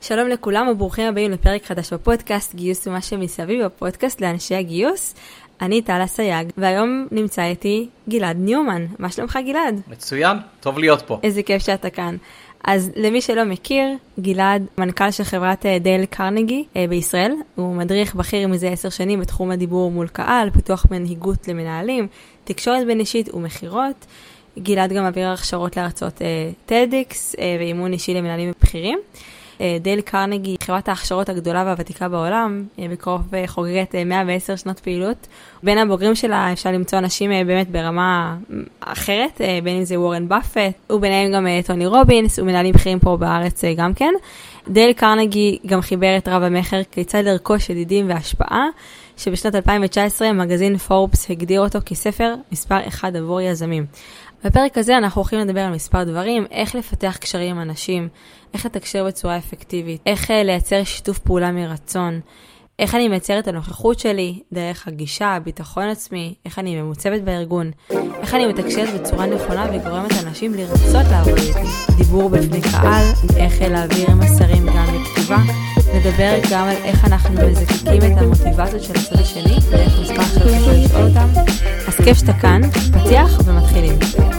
שלום לכולם וברוכים הבאים לפרק חדש בפודקאסט גיוס ומה שמסביב, בפודקאסט לאנשי הגיוס. אני טלה סייג, והיום נמצא איתי גלעד ניומן. מה שלומך גלעד? מצוין, טוב להיות פה. איזה כיף שאתה כאן. אז למי שלא מכיר, גלעד מנכ"ל של חברת דייל קרנגי בישראל. הוא מדריך בכיר מזה 10 שנים בתחום הדיבור מול קהל, פיתוח מנהיגות למנהלים, תקשורת בין אישית ומחירות. גלעד גם מעביר הכשרות להרצאות TEDx ואימון אישי למנהלים בכירים. דייל קרנגי, חברת ההכשרות הגדולה והוותיקה בעולם, בקרוב חוגגת 110 שנות פעילות. בין הבוגרים שלה אפשר למצוא אנשים באמת ברמה אחרת, בין אם זה וורן באפט, וביניהם גם טוני רובינס, ומנהלים בכירים פה בארץ גם כן. דייל קרנגי גם חיבר את רב המחר כיצד לרכוש ידידים והשפעה, שבשנת 2019 המגזין פורבס הגדיר אותו כספר מספר 1 עבור יזמים. בפרק הזה אנחנו הולכים לדבר על מספר דברים, איך לפתח קשרים עם אנשים, איך לתקשר בצורה אפקטיבית, איך לייצר שיתוף פעולה מרצון, איך אני מייצר את הנוכחות שלי, דרך הגישה, הביטחון עצמי, איך אני ממוצבת בארגון, איך אני מתקשרת בצורה נכונה וגורמת אנשים לרצות לעבוד איתי, דיבור בפני קהל, איך להעביר מסרים גם בכתיבה, נדבר גם על איך אנחנו מזקקים את המוטיבציות של הצד השני, ואיך מספר שאתה לשאול אותם. אז כיף שאתה כאן, פתיח ומתחילים.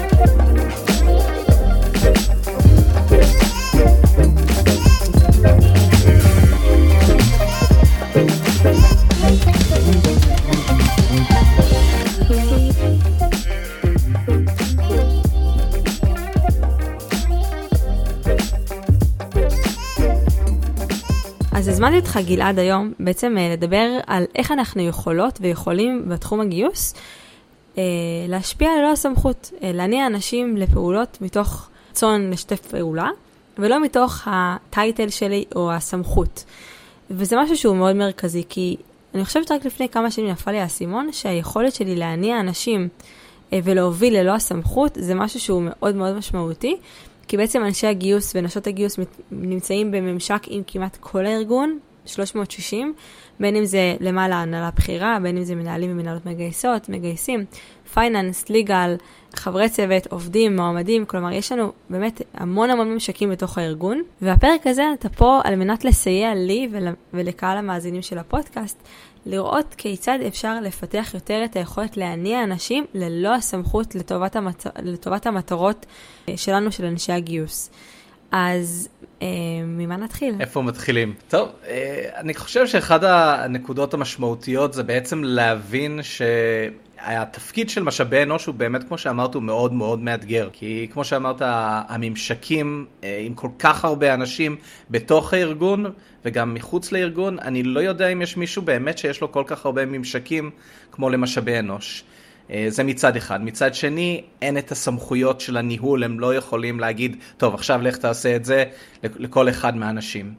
אז הזמנתי אותך גלעד היום בעצם לדבר על איך אנחנו יכולות ויכולים בתחום הגיוס להשפיע ללא הסמכות, להניע אנשים לפעולות מתוך רצון לשתף פעולה, ולא מתוך הטייטל שלי או הסמכות. וזה משהו שהוא מאוד מרכזי, כי אני חושבת רק לפני כמה שנים נפל לי האסימון, שהיכולת שלי להניע אנשים ולהוביל ללא הסמכות, זה משהו שהוא מאוד מאוד משמעותי, כי בעצם אנשי הגיוס ונשות הגיוס נמצאים בממשק עם כמעט כל הארגון, 360, בין אם זה למעלה הנהלה בחירה, בין אם זה מנהלים ומנהלות מגייסים, פייננס, ליגל, חברי צוות, עובדים, מועמדים, כלומר יש לנו באמת המון ממשקים בתוך הארגון, והפרק הזה אתה פה על מנת לסייע לי ולקהל המאזינים של הפודקאסט, לראות כיצד אפשר לפתח יותר את היכולת להניע אנשים ללא הסמכות לטובת המטרות שלנו, של אנשי הגיוס. אז ממה נתחיל? איפה מתחילים? טוב, אני חושב שאחד הנקודות המשמעותיות זה בעצם להבין שהתפקיד של משאבי אנוש הוא באמת, כמו שאמרת, הוא מאוד מאוד מאתגר. כי כמו שאמרת, הממשקים עם כל כך הרבה אנשים בתוך הארגון וגם מחוץ לארגון, אני לא יודע אם יש מישהו באמת שיש לו כל כך הרבה ממשקים כמו למשאבי אנוש. זה מצד אחד. מצד שני, אין את הסמכויות של הניהול, הם לא יכולים להגיד, טוב, עכשיו לך תעשה את זה לכל אחד מהאנשים.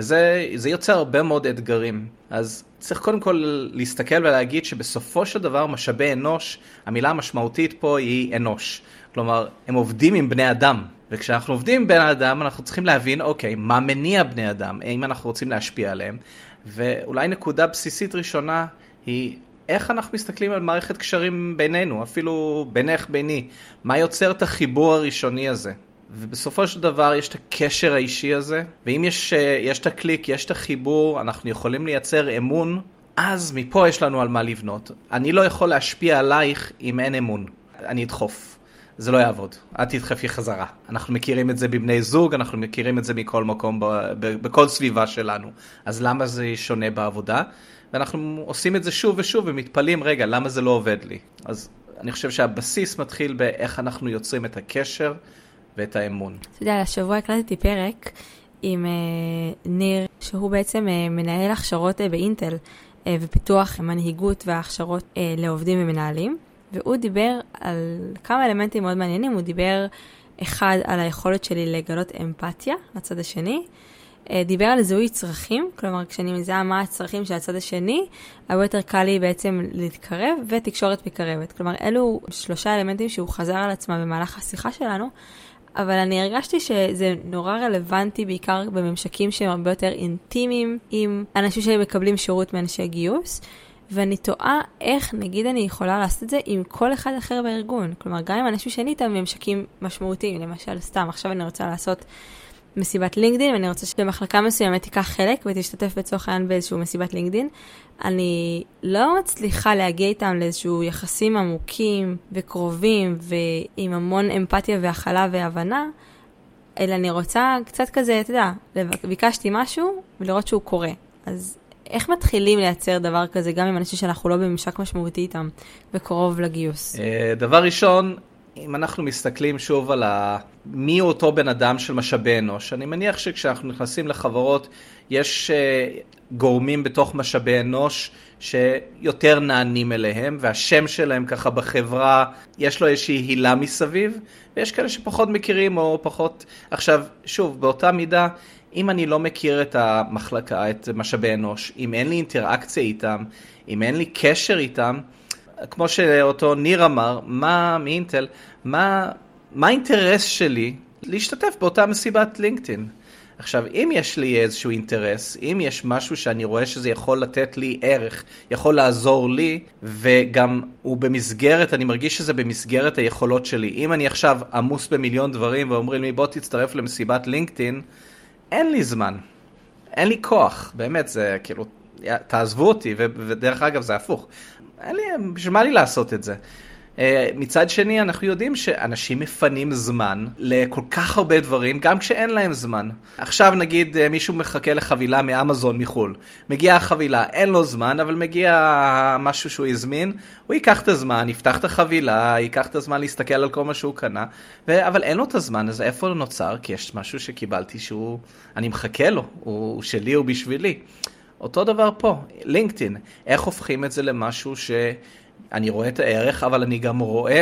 וזה יוצר הרבה מאוד אתגרים. אז צריך קודם כל להסתכל ולהגיד שבסופו של דבר משאבי אנוש, המילה המשמעותית פה היא אנוש. כלומר, הם עובדים עם בני אדם. וכשאנחנו עובדים עם בני אדם, אנחנו צריכים להבין, אוקיי, מה מניע בני אדם, האם אנחנו רוצים להשפיע עליהם. ואולי נקודה בסיסית ראשונה היא, איך אנחנו מסתכלים על מערכת קשרים בינינו, אפילו בינך ביני, מה יוצר את החיבור הראשוני הזה. ובסופו של דבר יש את הקשר האישי הזה, ואם יש את הקליק, יש את החיבור, אנחנו יכולים לייצר אמון, אז מפה יש לנו על מה לבנות. אני לא יכול להשפיע עלייך אם אין אמון. אני אדחוף. זה לא יעבוד. את תדחפי חזרה. אנחנו מכירים את זה בבני זוג, אנחנו מכירים את זה מכל מקום, בכל סביבה שלנו. אז למה זה שונה בעבודה? ואנחנו עושים את זה שוב ושוב ומתפלים, רגע, למה זה לא עובד לי? אז אני חושב שהבסיס מתחיל באיך אנחנו יוצרים את הקשר ואת האמון. אתה יודע, השבוע הקלטתי פרק עם ניר, שהוא בעצם מנהל הכשרות באינטל, ופיתוח מנהיגות והכשרות לעובדים ומנהלים, והוא דיבר על כמה אלמנטים מאוד מעניינים. הוא דיבר אחד על היכולת שלי לגלות אמפתיה לצד השני, דיבר על זיהוי צרכים, כלומר כשאני מזהה מה הצרכים של הצד השני, הרבה יותר קל לי בעצם להתקרב, ותקשורת מקרבת. כלומר אלו 3 אלמנטים שהוא חזר על עצמם במהלך השיחה שלנו, אבל אני הרגשתי שזה נורא רלוונטי בעיקר בממשקים שהם הרבה יותר אינטימיים עם אנשים שמקבלים שירות מאנשי גיוס, ואני תוהה איך נגיד אני יכולה לעשות את זה עם כל אחד אחר בארגון. כלומר גם עם אנשים שאני איתם ממשקים משמעותיים, למשל סתם עכשיו אני רוצה לעשות מסיבת לינקדין, ואני רוצה שבמחלקה מסוימת תיקח חלק ותשתתף בצורך העניין באיזשהו מסיבת לינקדין. אני לא מצליחה להגיע איתם לאיזשהו יחסים עמוקים וקרובים ועם המון אמפתיה והכלה והבנה, אלא אני רוצה קצת כזה, אתה יודע, ביקשתי משהו ולראות שהוא קורה. אז איך מתחילים לייצר דבר כזה גם עם אנשים שאנחנו לא בממשק משמעותי איתם וקרוב לגיוס? דבר ראשון, אם אנחנו מסתכלים שוב על מי הוא אותו בן אדם של משאבי אנוש, אני מניח שכשאנחנו נכנסים לחברות, יש גורמים בתוך משאבי אנוש שיותר נענים אליהם, והשם שלהם ככה בחברה, יש לו איזושהי הילה מסביב, ויש כאלה שפחות מכירים או פחות. עכשיו, שוב, באותה מידה, אם אני לא מכיר את המחלקה, את משאבי אנוש, אם אין לי אינטראקציה איתם, אם אין לי קשר איתם, כמו שאותו ניר אמר, מאינטל, מה האינטרס שלי להשתתף באותה מסיבת לינקדאין? עכשיו, אם יש לי איזשהו אינטרס, אם יש משהו שאני רואה שזה יכול לתת לי ערך, יכול לעזור לי, וגם הוא במסגרת, אני מרגיש שזה במסגרת היכולות שלי. אם אני עכשיו עמוס במיליון דברים ואומרים לי, בוא תצטרף למסיבת לינקדאין, אין לי זמן, אין לי כוח, באמת, זה כאילו, תעזבו אותי, ודרך אגב זה הפוך. בשביל מה לי לעשות את זה? מצד שני, אנחנו יודעים שאנשים מפנים זמן לכל כך הרבה דברים, גם כשאין להם זמן. עכשיו נגיד מישהו מחכה לחבילה מאמזון מחול. מגיעה החבילה, אין לו זמן, אבל מגיע משהו שהוא הזמין, הוא ייקח את הזמן, יפתח את החבילה, ייקח את הזמן להסתכל על כל מה שהוא קנה, אבל אין לו את הזמן, אז איפה הוא נוצר? כי יש משהו שקיבלתי אני מחכה לו, הוא שלי, הוא בשבילי. אותו דבר פה, לינקדאין. איך הופכים את זה למשהו שאני רואה את הערך, אבל אני גם רואה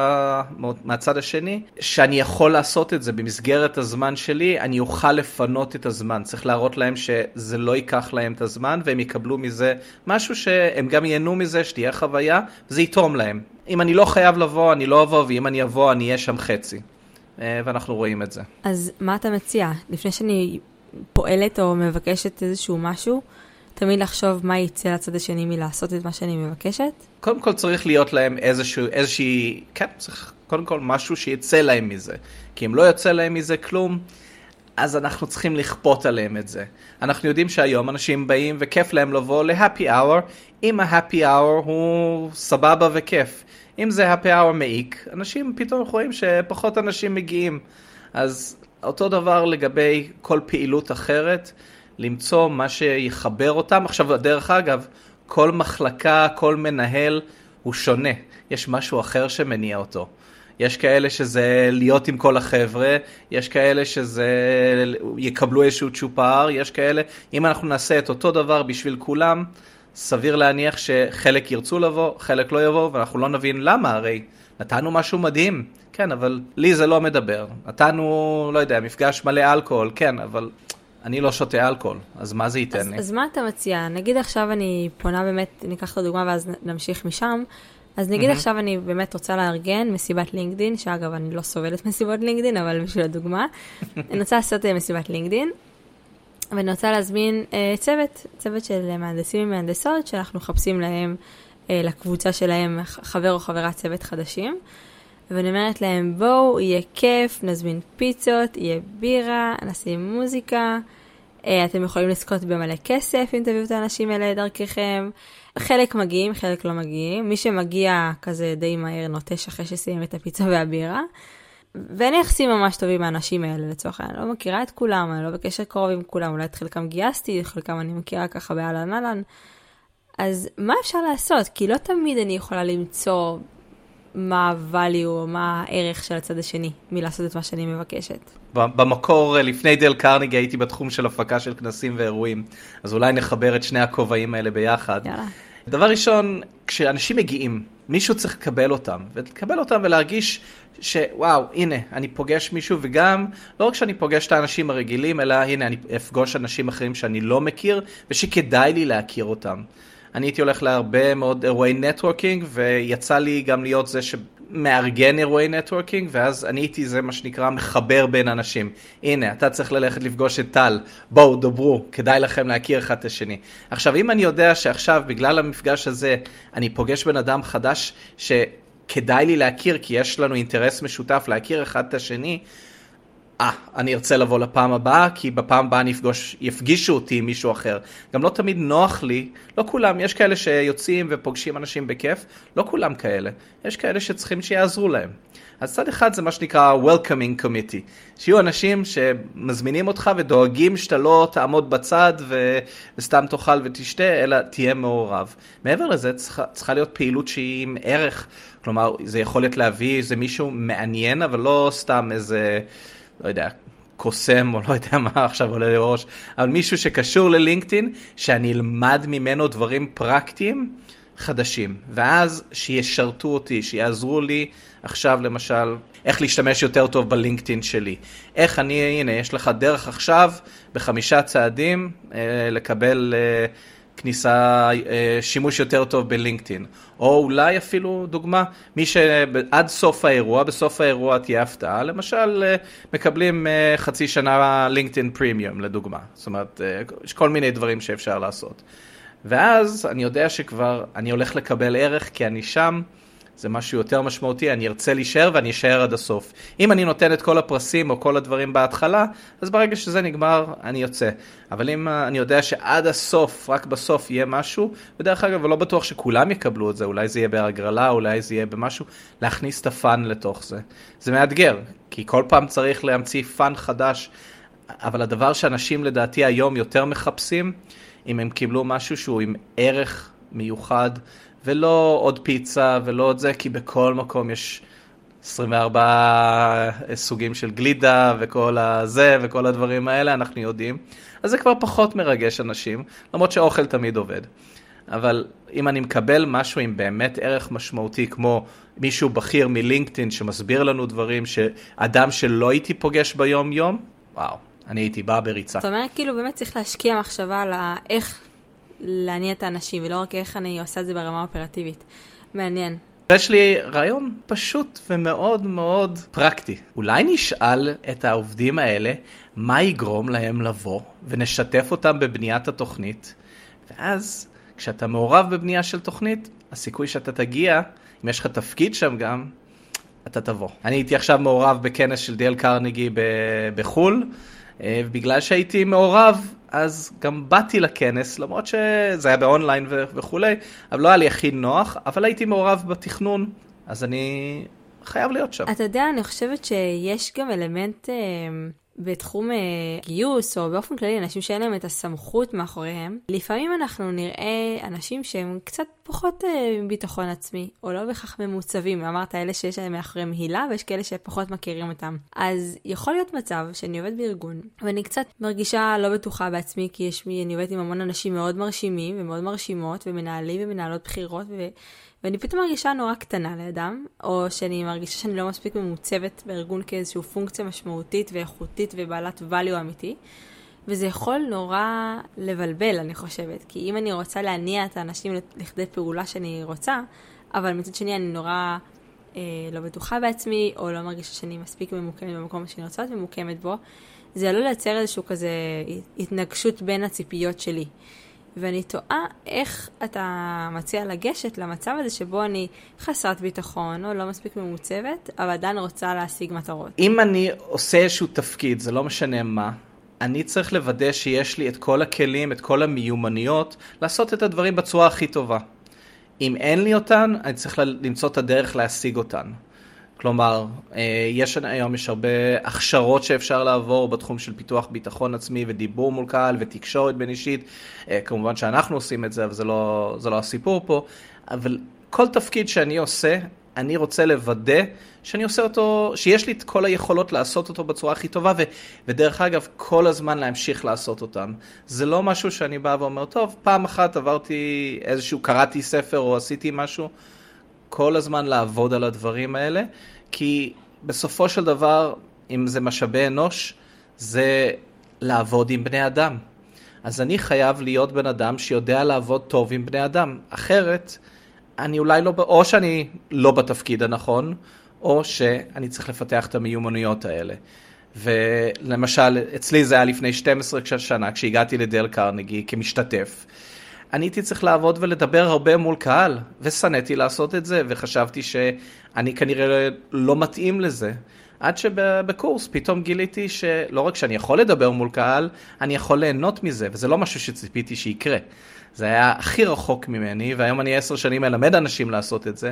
מהצד השני, שאני יכול לעשות את זה במסגרת הזמן שלי, אני אוכל לפנות את הזמן. צריך להראות להם שזה לא ייקח להם את הזמן, והם יקבלו מזה משהו שהם גם ייהנו מזה, שתהיה חוויה, וזה יתרום להם. אם אני לא חייב לבוא, אני לא אבוא, ואם אני אבוא, אני אהיה שם חצי. ואנחנו רואים את זה. אז מה אתה מציע? לפני שאני פועלת או מבקשת איזשהו משהו, תמיד לחשוב מה יצא לצד השני מלעשות את מה שאני מבקשת? קודם כל צריך להיות להם איזושהי, כן, צריך קודם כל משהו שיצא להם מזה. כי אם לא יוצא להם מזה כלום, אז אנחנו צריכים לכפות עליהם את זה. אנחנו יודעים שהיום אנשים באים וכיף להם לבוא ל-happy hour, אם ה-happy hour הוא סבבה וכיף. אם זה happy hour מעיק, אנשים פתאום רואים שפחות אנשים מגיעים. אז אותו דבר לגבי כל פעילות אחרת, למצוא מה שיחבר אותם. עכשיו, דרך אגב, כל מחלקה, כל מנהל הוא שונה. יש משהו אחר שמניע אותו. יש כאלה שזה להיות עם כל החבר'ה, יש כאלה שזה יקבלו איזשהו צ'ופר, יש כאלה, אם אנחנו נעשה את אותו דבר בשביל כולם, סביר להניח שחלק ירצו לבוא, חלק לא יבוא, ואנחנו לא נבין למה, הרי נתנו משהו מדהים, כן, אבל לי זה לא מדבר. נתנו, לא יודע, מפגש מלא אלכוהול, כן, אבל אני לא שותה אלכוהול, אז מה זה ייתן לי? אז מה אתה מציע? נגיד עכשיו אני פונה באמת, ניקח את הדוגמה ואז נמשיך משם, אז נגיד עכשיו אני באמת רוצה לארגן מסיבת לינקדין, שאגב אני לא סובלת מסיבות לינקדין, אבל בשביל הדוגמה, אני רוצה לעשות מסיבת לינקדין, ואני רוצה להזמין צוות של מהנדסים ומהנדסות, שאנחנו מחפשים להם, לקבוצה שלהם, חבר או חברת צוות חדשים, ואני אומרת להם, בואו, יהיה כיף, נזמין פיצות, יהיה בירה, נשים מוזיקה, אתם יכולים לזכות במלא כסף אם תביאו את האנשים האלה דרככם. חלק מגיעים, חלק לא מגיעים. מי שמגיע כזה די מהר נוטש אחרי שסיים את הפיצה והבירה. ואני יחסים ממש טובים מהאנשים האלה לצורך העניין. אני לא מכירה את כולם, אני לא בקשר קרוב עם כולם. אולי את חלקם גייסתי, חלקם אני מכירה ככה באלן אלן. אז מה אפשר לעשות? כי לא תמיד אני יכולה למצוא מה ה-value או מה הערך של הצד השני מלעשות את מה שאני מבקשת. במקור, לפני דייל קרנגי, הייתי בתחום של הפקה של כנסים ואירועים, אז אולי נחבר את שני הכובעים האלה ביחד. יאללה. דבר ראשון, כשאנשים מגיעים, מישהו צריך לקבל אותם ולהרגיש שוואו, הנה, אני פוגש מישהו, וגם, לא רק שאני פוגש את האנשים הרגילים, אלא הנה, אני אפגוש אנשים אחרים שאני לא מכיר, ושכדאי לי להכיר אותם. אני הייתי הולך להרבה מאוד אירועי נטוורקינג, ויצא לי גם להיות זה שמארגן אירועי נטוורקינג, ואז אני הייתי זה מה שנקרא מחבר בין אנשים. הנה, אתה צריך ללכת לפגוש את טל, בואו, דברו, כדאי לכם להכיר אחד את השני. עכשיו, אם אני יודע שעכשיו, בגלל המפגש הזה, אני פוגש בן אדם חדש שכדאי לי להכיר, כי יש לנו אינטרס משותף להכיר אחד את השני, אני ארצה לבוא לפעם הבאה, כי בפעם הבאה יפגישו אותי עם מישהו אחר. גם לא תמיד נוח לי, לא כולם, יש כאלה שיוצאים ופוגשים אנשים בכיף, לא כולם כאלה. יש כאלה שצריכים שיעזרו להם. אז צד אחד זה מה שנקרא Welcoming Committee, שיהיו אנשים שמזמינים אותך ודואגים שאתה לא תעמוד בצד וסתם תאכל ותשתה, אלא תהיה מעורב. מעבר לזה צריכה להיות פעילות שהיא עם ערך, כלומר זה יכולת להביא איזה מישהו מעניין, אבל לא סתם איזה, לא יודע, קוסם או לא יודע מה עכשיו עולה לראש, אבל מישהו שקשור ללינקדאין, שאני אלמד ממנו דברים פרקטיים חדשים, ואז שישרתו אותי, שיעזרו לי עכשיו למשל, איך להשתמש יותר טוב בלינקדאין שלי. איך הנה, יש לך דרך עכשיו, ב5 צעדים, לקבל כניסה, שימוש יותר טוב בלינקדאין. או אולי אפילו דוגמה, מי שעד סוף האירוע, בסוף האירוע תהיה הפתעה, למשל, מקבלים חצי שנה לינקדאין פרימיום, לדוגמה. זאת אומרת, יש כל מיני דברים שאפשר לעשות. ואז אני יודע שכבר אני הולך לקבל ערך, כי אני שם, זה משהו יותר משמעותי, אני ארצה להישאר ואני אשאר עד הסוף. אם אני נותן את כל הפרסים או כל הדברים בהתחלה, אז ברגע שזה נגמר, אני יוצא. אבל אם אני יודע שעד הסוף, רק בסוף יהיה משהו, בדרך אגב, ולא בטוח שכולם יקבלו את זה, אולי זה יהיה בהגרלה, אולי זה יהיה במשהו, להכניס את הפן לתוך זה. זה מאתגר, כי כל פעם צריך להמציא פן חדש, אבל הדבר שאנשים לדעתי היום יותר מחפשים, אם הם קיבלו משהו שהוא עם ערך מיוחד, ולא עוד פיצה ולא עוד זה, כי בכל מקום יש 24 סוגים של גלידה וכל הזה וכל הדברים האלה, אנחנו יודעים. אז זה כבר פחות מרגש אנשים, למרות שאוכל תמיד עובד. אבל אם אני מקבל משהו עם באמת ערך משמעותי, כמו מישהו בכיר מלינקדאין שמסביר לנו דברים, שאדם שלא הייתי פוגש ביום יום, וואו, אני הייתי בא בריצה. זאת אומרת, כאילו באמת צריך להשקיע מחשבה על איך להניע את האנשים, ולא רק איך אני עושה את זה ברמה אופרטיבית. מעניין. יש לי רעיון פשוט ומאוד מאוד פרקטי. אולי נשאל את העובדים האלה מה יגרום להם לבוא, ונשתף אותם בבניית התוכנית, ואז כשאתה מעורב בבנייה של תוכנית, הסיכוי שאתה תגיע, אם יש לך תפקיד שם גם, אתה תבוא. אני הייתי עכשיו מעורב בכנס של דייל קרנגי בחול, ובגלל שהייתי מעורב, אז גם באתי לכנס, למרות שזה היה באונליין וכולי, אבל לא היה לי הכי נוח, אבל הייתי מעורב בתכנון, אז אני חייב להיות שם. אתה יודע, אני חושבת שיש גם אלמנט בתחום גיוס, או באופן כללי, אנשים שאין להם את הסמכות מאחוריהם. לפעמים אנחנו נראה אנשים שהם קצת פחות ביטחון עצמי, או לא בכך ממוצבים. אמרת, אלה שיש להם מאחוריהם הילה, ויש כאלה שפחות מכירים אותם. אז יכול להיות מצב שאני עובד בארגון, ואני קצת מרגישה לא בטוחה בעצמי, כי אני עובדת עם המון אנשים מאוד מרשימים, ומאוד מרשימות, ומנהלים ומנהלות בחירות, ואני פתאום מרגישה נורא קטנה לידם, או שאני מרגישה שאני לא מספיק ממוצבת בארגון כאיזושהי פונקציה משמעותית ואיכותית ובעלת value אמיתי, וזה יכול נורא לבלבל, אני חושבת, כי אם אני רוצה להניע את האנשים לכדי פעולה שאני רוצה, אבל מצד שני אני נורא לא בטוחה בעצמי, או לא מרגישה שאני מספיק ממוקמת במקום שאני רוצה להיות ממוקמת בו, זה עלול לייצר איזשהו כזה התנגשות בין הציפיות שלי. ואני תוהה איך אתה מציע לגשת למצב הזה שבו אני חסרת ביטחון או לא מספיק ממוצבת, אבל עדיין רוצה להשיג מטרות. אם אני עושה איזשהו תפקיד, זה לא משנה מה, אני צריך לוודא שיש לי את כל הכלים, את כל המיומנויות, לעשות את הדברים בצורה הכי טובה. אם אין לי אותן, אני צריך למצוא את הדרך להשיג אותן. כלומר, יש הרבה הכשרות שאפשר לעבור בתחום של פיתוח ביטחון עצמי ודיבור מול קהל ותקשורת בין אישית. כמובן שאנחנו עושים את זה, אבל זה לא הסיפור פה. אבל כל תפקיד שאני עושה, אני רוצה לוודא שאני עושה אותו, שיש לי את כל היכולות לעשות אותו בצורה הכי טובה, ודרך אגב, כל הזמן להמשיך לעשות אותם. זה לא משהו שאני בא ואומר, טוב, פעם אחת עברתי קראתי ספר או עשיתי משהו, כל הזמן לעבוד על הדברים האלה, כי בסופו של דבר, אם זה משאבי אנוש, זה לעבוד עם בני אדם. אז אני חייב להיות בן אדם שיודע לעבוד טוב עם בני אדם. אחרת, אני אולי לא, או שאני לא בתפקיד הנכון, או שאני צריך לפתח את המיומנויות האלה. ולמשל, אצלי זה היה לפני 12 שנה, כשהגעתי לדייל קרנגי כמשתתף, אני הייתי צריך לעבוד ולדבר הרבה מול קהל, וסניתי לעשות את זה, וחשבתי שאני כנראה לא מתאים לזה. עד שבקורס פתאום גיליתי שלא רק שאני יכול לדבר מול קהל, אני יכול ליהנות מזה, וזה לא משהו שציפיתי שיקרה. זה היה הכי רחוק ממני, והיום אני 10 שנים מלמד אנשים לעשות את זה,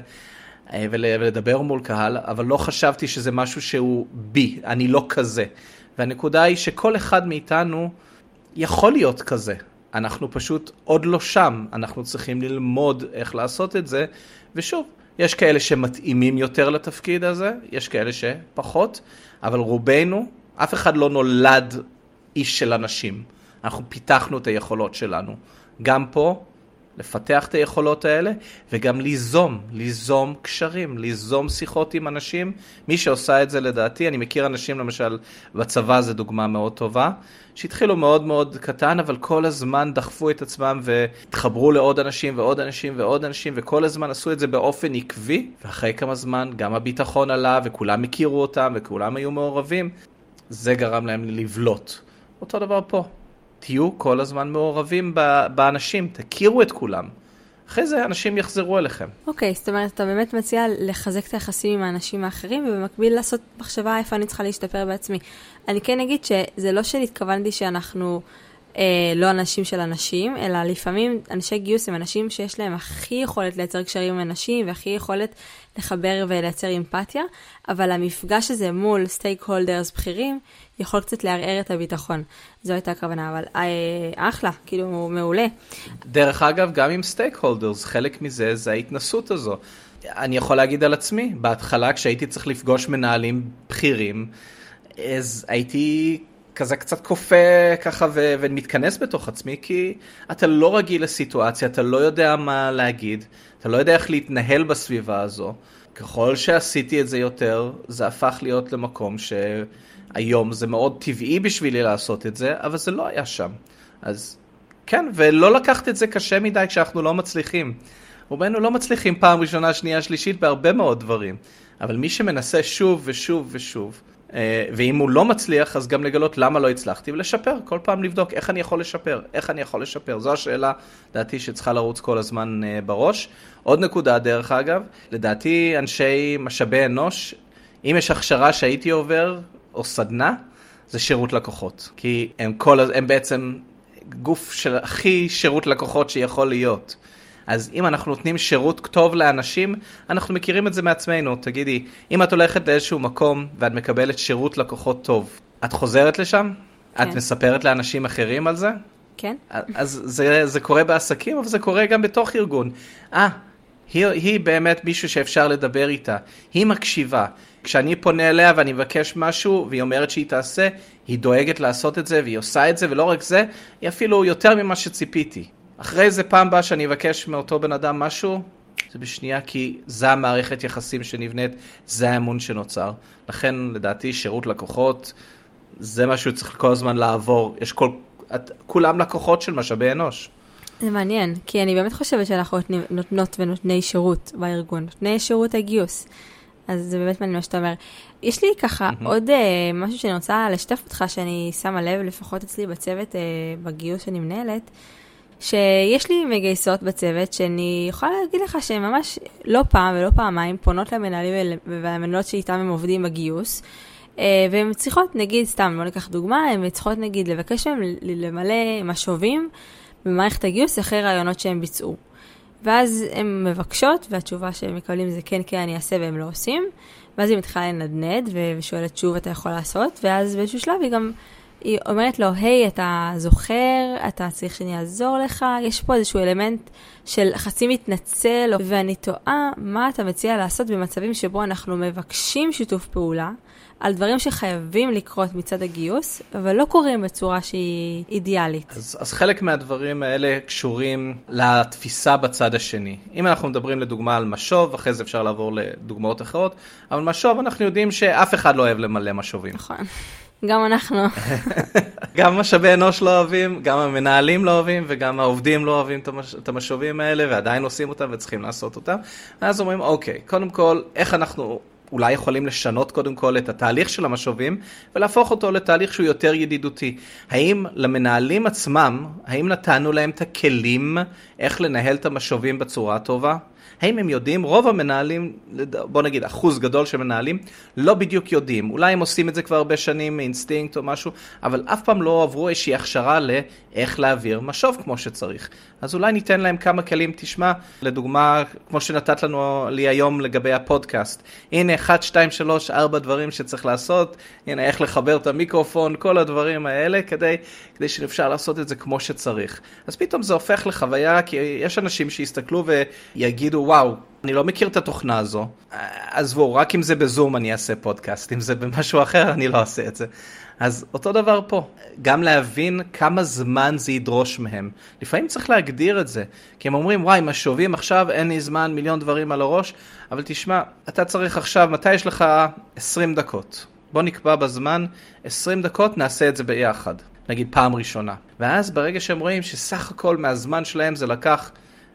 ולדבר מול קהל, אבל לא חשבתי שזה משהו שהוא בי, אני לא כזה. והנקודה היא שכל אחד מאיתנו יכול להיות כזה. אנחנו פשוט עוד לא שם, אנחנו צריכים ללמוד איך לעשות את זה, ושוב, יש כאלה שמתאימים יותר לתפקיד הזה, יש כאלה שפחות, אבל רובנו, אף אחד לא נולד איש של אנשים. אנחנו פיתחנו את היכולות שלנו. גם פה, לפתח את היכולות האלה, וגם ליזום קשרים, ליזום שיחות עם אנשים. מי שעושה את זה לדעתי, אני מכיר אנשים למשל בצבא, זו דוגמה מאוד טובה, שהתחילו מאוד מאוד קטן, אבל כל הזמן דחפו את עצמם והתחברו לעוד אנשים ועוד אנשים ועוד אנשים, וכל הזמן עשו את זה באופן עקבי, ואחרי כמה זמן גם הביטחון עלה, וכולם הכירו אותם, וכולם היו מעורבים, זה גרם להם לבלוט. אותו דבר פה. תהיו כל הזמן מעורבים באנשים, תכירו את כולם. אחרי זה אנשים יחזרו אליכם. אוקיי, זאת אומרת, אתה באמת מציע לחזק את היחסים עם האנשים האחרים, ובמקביל לעשות מחשבה איפה אני צריכה להשתפר בעצמי. אני כן אגיד שזה לא שהתכוונתי שאנחנו לא אנשים של אנשים, אלא לפעמים אנשי גיוס הם אנשים שיש להם הכי יכולת לייצר קשרים עם אנשים, והכי יכולת לחבר ולייצר אמפתיה, אבל המפגש הזה מול סטייק הולדרס בכירים, יכול קצת לערער את הביטחון. זו הייתה הכוונה, אבל אחלה, כאילו מעולה. דרך אגב, גם עם סטייק הולדרס, חלק מזה זה ההתנסות הזו. אני יכול להגיד על עצמי, בהתחלה כשהייתי צריך לפגוש מנהלים בכירים, אז הייתי כזה קצת קופה ככה ומתכנס בתוך עצמי, כי אתה לא רגיל לסיטואציה, אתה לא יודע מה להגיד, אתה לא יודע איך להתנהל בסביבה הזו. ככל שעשיתי את זה יותר, זה הפך להיות למקום שהיום זה מאוד טבעי בשבילי לעשות את זה, אבל זה לא היה שם. אז כן, ולא לקחת את זה קשה מדי כשאנחנו לא מצליחים. רובנו לא מצליחים פעם ראשונה, שנייה, שלישית בהרבה מאוד דברים. אבל מי שמנסה שוב ושוב ושוב, ואם הוא לא מצליח, אז גם לגלות למה לא הצלחתי, ולשפר, כל פעם לבדוק איך אני יכול לשפר, איך אני יכול לשפר. זו השאלה, לדעתי, שצריכה לרוץ כל הזמן בראש. עוד נקודה, דרך אגב, לדעתי, אנשי משאבי אנוש, אם יש הכשרה שהייתי עובר, או סדנה, זה שירות לקוחות. כי הם בעצם גוף של הכי שירות לקוחות שיכול להיות. אז אם אנחנו נותנים שירות טוב לאנשים, אנחנו מכירים את זה מעצמנו. תגידי, אם את הולכת לאיזשהו מקום ואת מקבלת שירות לקוחות טוב, את חוזרת לשם? כן. את מספרת לאנשים אחרים על זה? כן. אז זה קורה בעסקים, אבל זה קורה גם בתוך ארגון. היא באמת מישהו שאפשר לדבר איתה. היא מקשיבה. כשאני פונה אליה ואני מבקש משהו, והיא אומרת שהיא תעשה, היא דואגת לעשות את זה, והיא עושה את זה, ולא רק זה, היא אפילו יותר ממה שציפיתי. אחרי זה פעם באה שאני אבקש מאותו בן אדם משהו, זה בשנייה, כי זה המערכת יחסים שנבנית, זה האמון שנוצר. לכן, לדעתי, שירות לקוחות, זה משהו שצריך כל הזמן לעבור. יש כולם לקוחות של משאבי אנוש. זה מעניין, כי אני באמת חושבת שאנחנו נותנות ונותני שירות בארגון, נותני שירות הגיוס. אז זה באמת מעניין מה שאתה אומר. יש לי ככה עוד משהו שאני רוצה לשתף אותך, שאני שמה לב, לפחות אצלי בצוות בגיוס שאני מנהלת, שיש לי מגייסות בצוות שאני יכולה להגיד לך שהן ממש לא פעם ולא פעמיים פונות למנהלים והמנהלות שאיתם הם עובדים בגיוס, והן צריכות, נגיד, סתם, לא ניקח דוגמה, הן צריכות, נגיד, לבקש מהם למלא משובים במערכת הגיוס אחרי רעיונות שהם ביצעו. ואז הן מבקשות, והתשובה שהם מקבלים זה כן, כן, אני אעשה, והם לא עושים. ואז היא מתחילה לנדנד, ושואלת שוב, אתה יכול לעשות, ואז באיזשהו שלב היא אומרת לו, היי, אתה זוכר, אתה צריך שאני אעזור לך, יש פה איזשהו אלמנט של חצי מתנצל, ואני טועה מה אתה מציע לעשות במצבים שבו אנחנו מבקשים שיתוף פעולה, על דברים שחייבים לקרות מצד הגיוס, אבל לא קורים בצורה שהיא אידיאלית. אז חלק מהדברים האלה קשורים לתפיסה בצד השני. אם אנחנו מדברים לדוגמה על משוב, אחרי זה אפשר לעבור לדוגמאות אחרות, אבל משוב אנחנו יודעים שאף אחד לא אוהב למלא משובים. נכון. גם אנחנו. גם משאבי אנוש לא אוהבים, גם המנהלים לא אוהבים, וגם העובדים לא אוהבים את המשובים האלה, ועדיין עושים אותם וצריכים לעשות אותם. אז אומרים, אוקיי, קודם כל, איך אנחנו אולי יכולים לשנות קודם כל את התהליך של המשובים, ולהפוך אותו לתהליך שהוא יותר ידידותי. האם למנהלים עצמם, האם נתנו להם את הכלים איך לנהל את המשובים בצורה טובה? האם הם יודעים? רוב המנהלים, בוא נגיד, אחוז גדול של מנהלים, לא בדיוק יודעים. אולי הם עושים את זה כבר הרבה שנים מאינסטינקט או משהו, אבל אף פעם לא עברו איזושהי הכשרה לאיך להעביר משוב כמו שצריך. אז אולי ניתן להם כמה כלים, תשמע, לדוגמה, כמו שנתת לי היום לגבי הפודקאסט. הנה, 1, 2, 3, 4 דברים שצריך לעשות. הנה, איך לחבר את המיקרופון, כל הדברים האלה, כדי שאפשר לעשות את זה כמו שצריך. אז פתאום זה הופך לחוויה, כי יש אנשים שיסתכלו ויגידו, וואו, אני לא מכיר את התוכנה הזו. עזבו, רק אם זה בזום אני אעשה פודקאסט, אם זה במשהו אחר אני לא אעשה את זה. אז אותו דבר פה, גם להבין כמה זמן זה ידרוש מהם. לפעמים צריך להגדיר את זה, כי הם אומרים, וואי, משובים עכשיו, אין לי זמן, מיליון דברים על הראש, אבל תשמע, אתה צריך עכשיו, מתי יש לך 20 דקות? בוא נקבע בזמן, 20 דקות, נעשה את זה ביחד. נגיד פעם ראשונה. ואז ברגע שהם רואים שסך הכל מהזמן שלהם זה לקח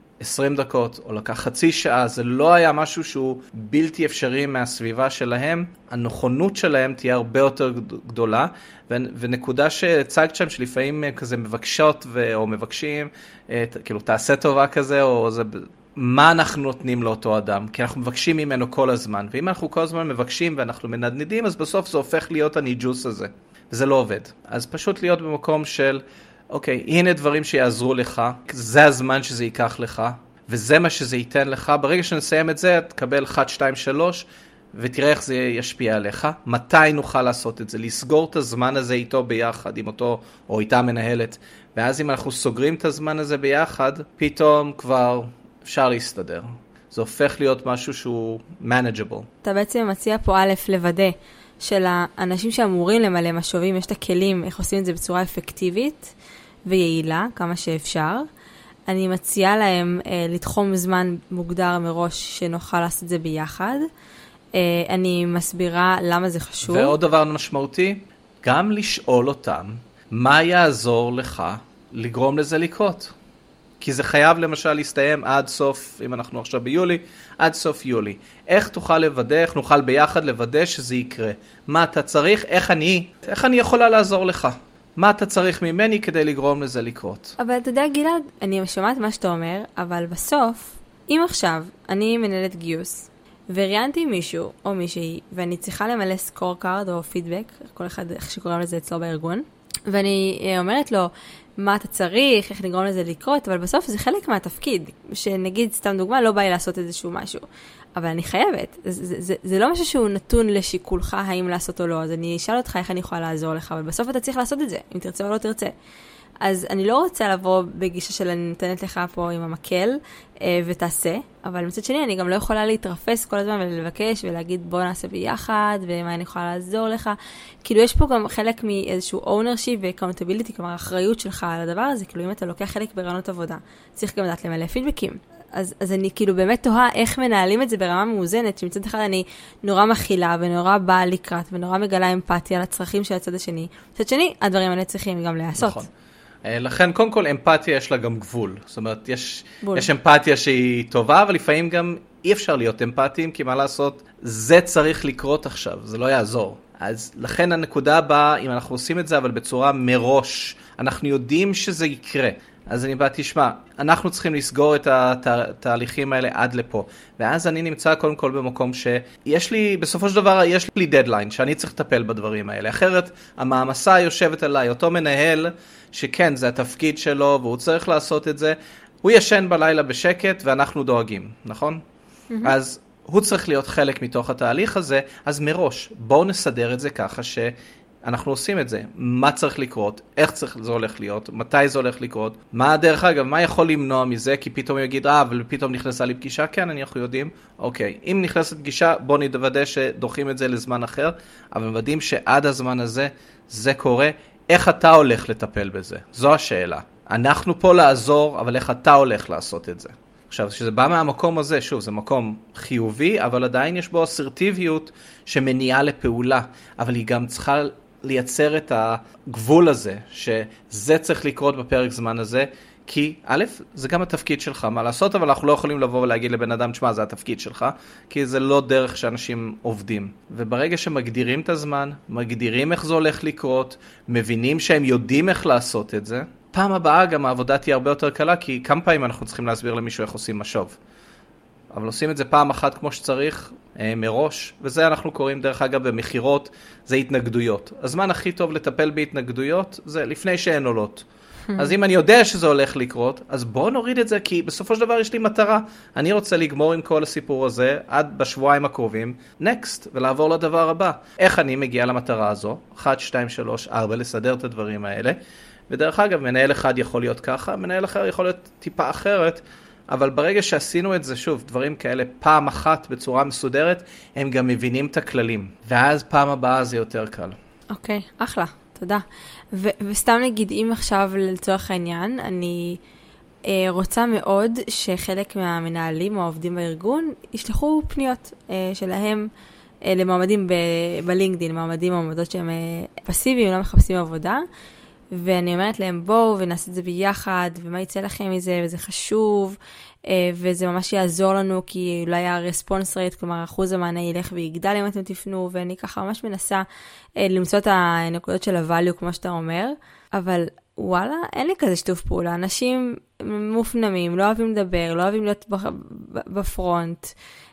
20 דקות, או לקח חצי שעה, זה לא היה משהו שהוא בלתי אפשרי מהסביבה שלהם, הנכונות שלהם תהיה הרבה יותר גדולה, ונקודה שהצגת שם שלפעמים כזה מבקשות או מבקשים, כאילו תעשה טובה כזה, או זה, מה אנחנו נותנים לאותו אדם? כי אנחנו מבקשים ממנו כל הזמן, ואם אנחנו כל הזמן מבקשים ואנחנו מנדנדים, אז בסוף זה הופך להיות הניג'וס הזה, וזה לא עובד. אז פשוט להיות במקום של, אוקיי, הנה דברים שיעזרו לך, זה הזמן שזה ייקח לך, וזה מה שזה ייתן לך. ברגע שנסיים את זה, תקבל 1, 2, 3, ותראה איך זה ישפיע עליך. מתי נוכל לעשות את זה? לסגור את הזמן הזה איתו ביחד, עם אותו או איתה מנהלת. ואז אם אנחנו סוגרים את הזמן הזה ביחד, פתאום כבר אפשר להסתדר. זה הופך להיות משהו שהוא manageable. אתה בעצם מציע פה א' לוודא של האנשים שאמורים למלא משובים, יש את הכלים, איך עושים את זה בצורה אפקטיבית ויעילה, כמה שאפשר. אני מציעה להם לתחום זמן מוגדר מראש שנוכל לעשות את זה ביחד. אני מסבירה למה זה חשוב. ועוד דבר משמעותי, גם לשאול אותם, מה יעזור לך לגרום לזה לקרות? כי זה חייב למשל להסתיים עד סוף, אם אנחנו עכשיו ביולי, עד סוף יולי. איך תוכל לוודא, איך נוכל ביחד לוודא שזה יקרה? מה אתה צריך? איך אני יכולה לעזור לך? מה אתה צריך ממני כדי לגרום לזה לקרות? אבל אתה יודע גלעד, אני שומעת מה שאתה אומר, אבל בסוף, אם עכשיו אני מנהלת גיוס, וראיינתי מישהו או מישהי, ואני צריכה למלא סקור קארד או פידבק, כל אחד איך שקוראים לזה אצלו בארגון, ואני אומרת לו, מה אתה צריך, איך לגרום לזה לקרות, אבל בסוף זה חלק מהתפקיד, שנגיד, סתם דוגמה, לא בא לי לעשות איזשהו משהו, אבל אני חייבת, זה לא משהו שהוא נתון לשיקולך, האם לעשות או לא, אז אני אשאל אותך איך אני יכולה לעזור לך, אבל בסוף אתה צריך לעשות את זה, אם תרצה או לא תרצה. אז אני לא רוצה לבוא בגישה של אני נותנת לך פה עם המקל ותעשה, אבל מצד שני אני גם לא יכולה להתרפס כל הזמן ולבקש ולהגיד בוא נעשה ביחד ומה אני יכולה לעזור לך. כאילו יש פה גם חלק מאיזשהו ownership ו-accountability, כלומר האחריות שלך על הדבר הזה, כאילו אם אתה לוקח חלק ברעיונות עבודה, צריך גם לדעת למלא פידבקים. אז אני כאילו באמת תוהה איך מנהלים את זה ברמה מאוזנת, שמצד אחד אני נורא מכילה ונורא באה לקראת ונורא מגלה אמפתיה לצרכים של הצד השני. מצד שני, הדברים האלה צריכים גם לעשות. נכון. לכן, קודם כל, אמפתיה יש לה גם גבול. זאת אומרת, יש אמפתיה שהיא טובה, אבל לפעמים גם אי אפשר להיות אמפתיים, כי מה לעשות, זה צריך לקרות עכשיו, זה לא יעזור. אז לכן הנקודה הבאה, אם אנחנו עושים את זה, אבל בצורה מראש, אנחנו יודעים שזה יקרה. אז אני בא, תשמע, אנחנו צריכים לסגור את התהליכים האלה עד לפה. ואז אני נמצא קודם כל במקום שיש לי, בסופו של דבר, יש לי דדליין, שאני צריך לטפל בדברים האלה. אחרת, המעמסה יושבת עליי, אותו מנהל, שכן, זה התפקיד שלו, והוא צריך לעשות את זה, הוא ישן בלילה בשקט, ואנחנו דואגים, נכון? אז הוא צריך להיות חלק מתוך התהליך הזה, אז מראש, בואו נסדר את זה ככה אנחנו עושים את זה. מה צריך לקרות? איך זה הולך להיות? מתי זה הולך לקרות? מה דרך אגב? מה יכול למנוע מזה? כי פתאום יגיד, אבל פתאום נכנסה לי פגישה? כן, אנחנו יודעים. אוקיי. אם נכנסת פגישה, בוא נוודא שדוחים את זה לזמן אחר, אבל מוודאים שעד הזמן הזה, זה קורה. איך אתה הולך לטפל בזה? זו השאלה. אנחנו פה לעזור, אבל איך אתה הולך לעשות את זה? עכשיו, שזה בא מהמקום הזה, שוב, זה מקום חיובי, אבל עדיין יש בו אסרטיביות שמניעה לפעולה, אבל היא גם צריכה לייצר את הגבול הזה, שזה צריך לקרות בפרק זמן הזה, כי א', זה גם התפקיד שלך, מה לעשות, אבל אנחנו לא יכולים לבוא ולהגיד לבן אדם, תשמע, זה התפקיד שלך, כי זה לא דרך שאנשים עובדים. וברגע שמגדירים את הזמן, מגדירים איך זה הולך לקרות, מבינים שהם יודעים איך לעשות את זה, פעם הבאה גם העבודה תהיה הרבה יותר קלה, כי כמה פעמים אנחנו צריכים להסביר למישהו איך עושים משוב. אבל עושים את זה פעם אחת כמו שצריך, מראש, וזה אנחנו קוראים דרך אגב במחירות, זה התנגדויות. הזמן הכי טוב לטפל בהתנגדויות זה לפני שהן עולות. אז אם אני יודע שזה הולך לקרות, אז בואו נוריד את זה, כי בסופו של דבר יש לי מטרה. אני רוצה לגמור עם כל הסיפור הזה, עד בשבועיים הקרובים, next, ולעבור לדבר הבא. איך אני מגיע למטרה הזו? 1, 2, 3, 4, לסדר את הדברים האלה. ודרך אגב, מנהל אחד יכול להיות ככה, מנהל אחר יכול להיות טיפה אחרת, אבל ברגע שעשינו את זה, שוב, דברים כאלה פעם אחת בצורה מסודרת, הם גם מבינים את הכללים. ואז פעם הבאה זה יותר קל. אוקיי, אחלה. תודה. וסתם נגיד, אם עכשיו לצורך העניין, אני רוצה מאוד שחלק מהמנהלים או העובדים בארגון ישלחו פניות שלהם למועמדים בלינקדין, מועמדים או מועמדות שהם פסיביים, לא מחפשים עבודה, ואני אומרת להם בואו ונעשה את זה ביחד, ומה יצא לכם מזה, וזה חשוב, וזה ממש יעזור לנו, כי אולי הרספונס רייט, כלומר אחוז המענה ילך ויגדל אם אתם תפנו, ואני ככה ממש מנסה למצוא את הנקודות של הvalue, כמו שאתה אומר, אבל וואלה, אין לי כזה שיתוף פעולה, אנשים מופנמים, לא אוהבים לדבר, לא אוהבים להיות בפרונט,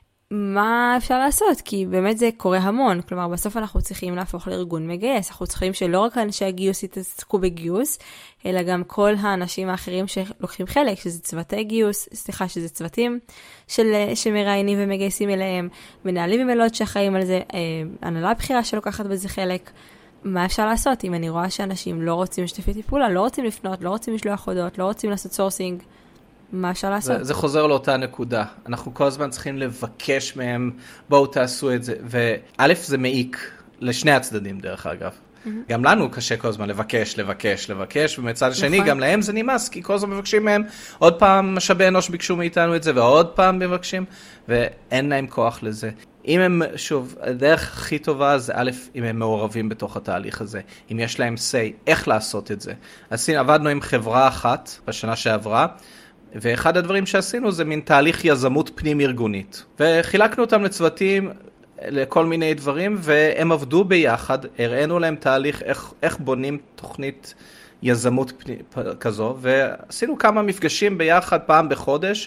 מה אפשר לעשות? כי באמת זה קורה המון, כלומר בסוף אנחנו צריכים להפוך לארגון מגייס, אנחנו צריכים שלא רק אנשי הגיוס יתעסקו בגיוס, אלא גם כל האנשים האחרים שלוקחים חלק, שזה צוותי גיוס, שזה צוותים שמראיינים ומגייסים אליהם, מנהלים ומלות שאחראים על זה, הנהלה בחירה שלוקחת בזה חלק. מה אפשר לעשות אם אני רואה שאנשים לא רוצים לשתף פעולה, לא רוצים לפנות, לא רוצים לשלוח הודעות, לא רוצים לעשות סורסינג, מה אפשר לעשות? זה חוזר לאותה נקודה. אנחנו כל הזמן צריכים לבקש מהם, בואו תעשו את זה. וא' זה מעיק לשני הצדדים דרך אגב. גם לנו קשה כל הזמן לבקש, ומצד השני גם להם זה נמאס, כי כל הזמן מבקשים מהם, עוד פעם משאבי אנוש ביקשו מאיתנו את זה, ועוד פעם מבקשים, ואין להם כוח לזה. אם הם, שוב, הדרך הכי טובה זה א', אם הם מעורבים בתוך התהליך הזה, אם יש להם say, איך לעשות את זה. אז עבדנו עם חברה אחת בשנה שעברה, ואחד הדברים שעשינו זה מין תהליך יזמות פנים ארגונית. וחילקנו אותם לצוותים, לכל מיני דברים, והם עבדו ביחד, הראינו להם תהליך איך בונים תוכנית יזמות כזו, ועשינו כמה מפגשים ביחד פעם בחודש,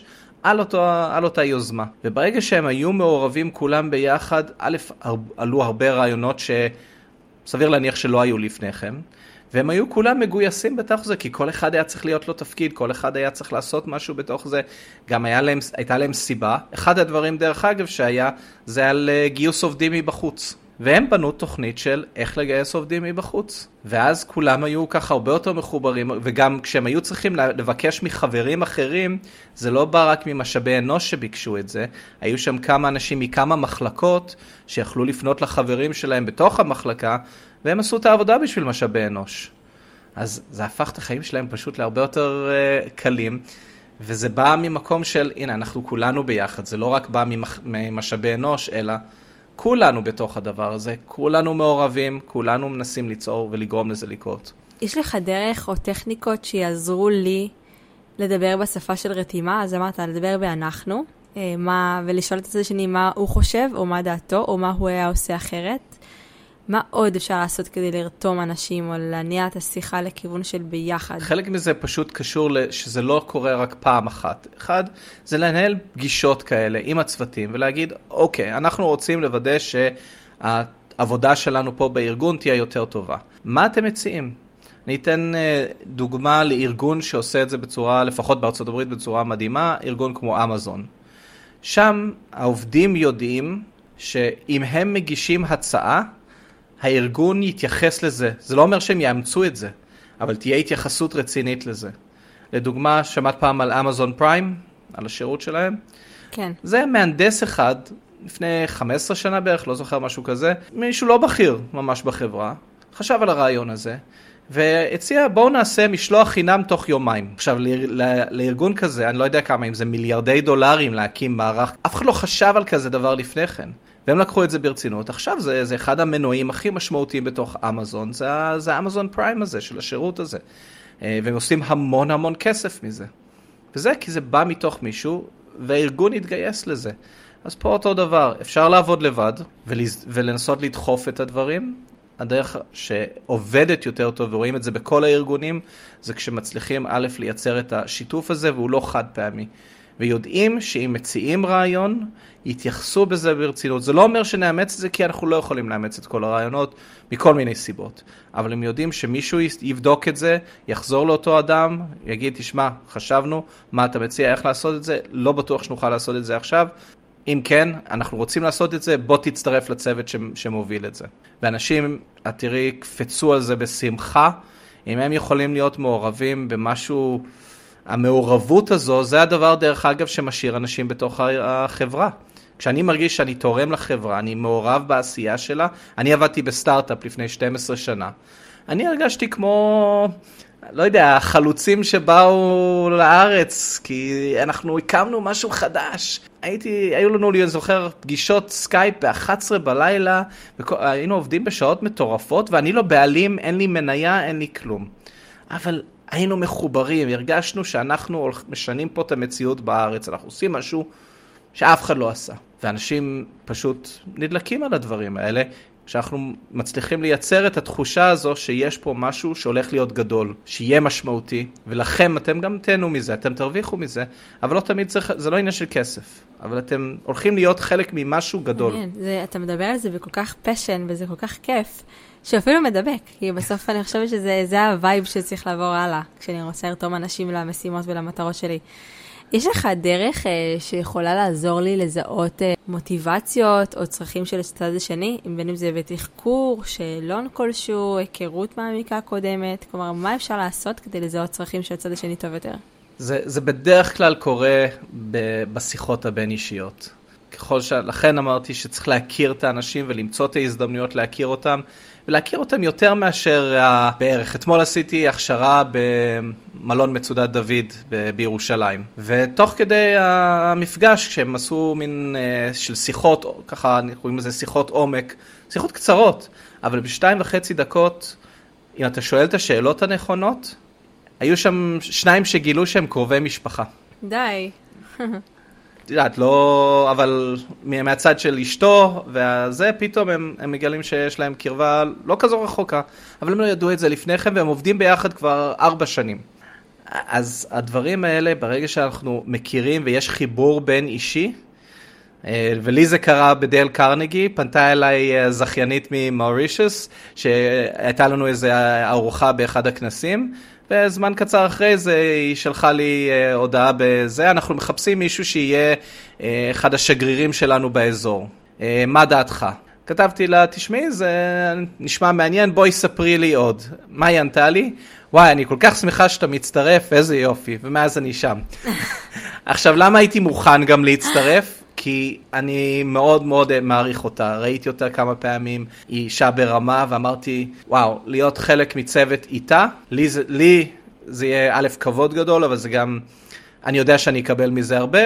על אותה יוזמה. וברגע שהם היו מעורבים כולם ביחד, א', עלו הרבה רעיונות שסביר להניח שלא היו לפניכם, והם היו כולם מגויסים בתוך זה, כי כל אחד היה צריך להיות לו תפקיד, כל אחד היה צריך לעשות משהו בתוך זה, גם הייתה להם סיבה. אחד הדברים דרך אגב שהיה, זה על גיוס עובדים מבחוץ. והם בנו תוכנית של איך לגייס עובדים מבחוץ. ואז כולם היו ככה הרבה יותר מחוברים, וגם כשהם היו צריכים לבקש מחברים אחרים, זה לא בא רק ממשאבי אנוש שביקשו את זה, היו שם כמה אנשים מכמה מחלקות, שיכלו לפנות לחברים שלהם בתוך המחלקה, והם עשו את העבודה בשביל משאבי אנוש. אז זה הפך את החיים שלהם פשוט להרבה יותר קלים, וזה בא ממקום של, הנה, אנחנו כולנו ביחד, זה לא רק בא ממשאבי אנוש, אלא כולנו בתוך הדבר הזה, כולנו מעורבים, כולנו מנסים ליצור ולגרום לזה לקרות. יש לך דרך או טכניקות שיעזרו לי לדבר בשפה של רתימה? אז אמרת, לדבר באנחנו, ולשאול את זה שני מה הוא חושב, או מה דעתו, או מה הוא היה עושה אחרת. מה עוד אפשר לעשות כדי לרתום אנשים, או להניע את השיחה לכיוון של ביחד? חלק מזה פשוט קשור שזה לא קורה רק פעם אחת. אחד, זה לנהל פגישות כאלה עם הצוותים, ולהגיד, אוקיי, אנחנו רוצים לוודא שהעבודה שלנו פה בארגון תהיה יותר טובה. מה אתם מציעים? אני אתן דוגמה לארגון שעושה את זה בצורה, לפחות בארצות הברית בצורה מדהימה, ארגון כמו אמזון. שם העובדים יודעים שאם הם מגישים הצעה, הארגון יתייחס לזה. זה לא אומר שהם יאמצו את זה, אבל תהיה התייחסות רצינית לזה. לדוגמה, שמעת פעם על אמזון פריים, על השירות שלהם? כן. זה מהנדס אחד, לפני 15 שנה בערך, לא זוכר משהו כזה, מישהו לא בכיר ממש בחברה, חשב על הרעיון הזה, והציע, בואו נעשה משלוח חינם תוך יומיים. עכשיו, לארגון כזה, אני לא יודע כמה, אם זה $מיליארדי להקים מערך, אף אחד לא חשב על כזה דבר לפני כן. והם לקחו את זה ברצינות. עכשיו זה אחד המנועים הכי משמעותיים בתוך אמזון, זה אמזון פריים הזה, של השירות הזה. והם עושים המון המון כסף מזה. וזה כי זה בא מתוך מישהו, והארגון יתגייס לזה. אז פה אותו דבר, אפשר לעבוד לבד, ולנסות לדחוף את הדברים. הדרך שעובדת יותר טוב, ורואים את זה בכל הארגונים, זה כשמצליחים א' לייצר את השיתוף הזה, והוא לא חד פעמי. ויודעים שאם מציעים רעיון, יתייחסו בזה ברצינות. זה לא אומר שנאמץ את זה, כי אנחנו לא יכולים לאמץ את כל הרעיונות, מכל מיני סיבות. אבל הם יודעים שמישהו יבדוק את זה, יחזור לאותו אדם, יגיד, תשמע, חשבנו, מה אתה מציע, איך לעשות את זה? לא בטוח שנוכל לעשות את זה עכשיו. אם כן, אנחנו רוצים לעשות את זה, בוא תצטרף לצוות שמוביל את זה. ואנשים, את תראי, קפצו על זה בשמחה, אם הם יכולים להיות מעורבים במשהו, המעורבות הזו, זה הדבר דרך אגב שמשאיר אנשים בתוך החברה. כשאני מרגיש שאני תורם לחברה, אני מעורב בעשייה שלה, אני עבדתי בסטארט-אפ לפני 12 שנה. אני הרגשתי כמו, לא יודע, חלוצים שבאו לארץ, כי אנחנו הקמנו משהו חדש. היו לנו, אני זוכר, פגישות סקייפ ב-11 בלילה, היינו עובדים בשעות מטורפות, ואני לא בעלים, אין לי מניה, אין לי כלום. אבל היינו מחוברים, הרגשנו שאנחנו משנים פה את המציאות בארץ, אנחנו עושים משהו שאף אחד לא עשה. ואנשים פשוט נדלקים על הדברים האלה, כשאנחנו מצליחים לייצר את התחושה הזו שיש פה משהו שהולך להיות גדול, שיהיה משמעותי, ולכם אתם גם תהנו מזה, אתם תרוויחו מזה, אבל לא תמיד צריך, זה לא עניין של כסף, אבל אתם הולכים להיות חלק ממשהו גדול. אתה מדבר על זה וכל כך פשן, וזה כל כך כיף, שאפילו מדבק, כי בסוף אני חושבת שזה הווייב שצריך לעבור הלאה, כשאני רוצה לרתום אנשים למשימות ולמטרות שלי. יש לך דרך שיכולה לעזור לי לזהות מוטיבציות או צרכים של הצד השני, בין אם זה בתחקור, שאלון כלשהו, היכרות מעמיקה קודמת, כלומר, מה אפשר לעשות כדי לזהות צרכים של הצד השני טוב יותר? זה בדרך כלל קורה בשיחות הבין אישיות. לכן אמרתי שצריך להכיר את האנשים ולמצוא את ההזדמנויות להכיר אותם, ולהכיר אותם יותר מאשר בערך. אתמול עשיתי הכשרה במלון מצודת דוד בירושלים, ותוך כדי המפגש, כשהם עשו מין של שיחות, ככה קוראים לזה שיחות עומק, שיחות קצרות, אבל ב2.5 דקות, אם אתה שואל את השאלות הנכונות, היו שם 2 שגילו שהם קרובי משפחה. די. יודעת, לא, אבל מהצד של אשתו, וזה פתאום הם מגלים שיש להם קרבה לא כזו רחוקה, אבל הם לא ידעו את זה לפני כן, והם עובדים ביחד כבר 4 שנים. אז הדברים האלה, ברגע שאנחנו מכירים ויש חיבור בין אישי, ולי זה קרה בדייל קרנגי, פנתה אליי זכיינית ממאורישוס, שהייתה לנו איזו ארוחה באחד הכנסים, וזמן קצר אחרי זה היא שלחה לי הודעה בזה, אנחנו מחפשים מישהו שיהיה אחד השגרירים שלנו באזור. מה דעתך? כתבתי לה, תשמעי, זה נשמע מעניין, בואי ספרי לי עוד. מה היא ענתה לי? וואי, אני כל כך שמחה שאתה מצטרף, איזה יופי, ומאז אני שם. עכשיו, למה הייתי מוכן גם להצטרף? כי אני מאוד מאוד מעריך אותה, ראיתי אותה כמה פעמים, היא אישה ברמה, ואמרתי, וואו, להיות חלק מצוות איתה, לי זה יהיה א' כבוד גדול, אבל זה גם, אני יודע שאני אקבל מזה הרבה,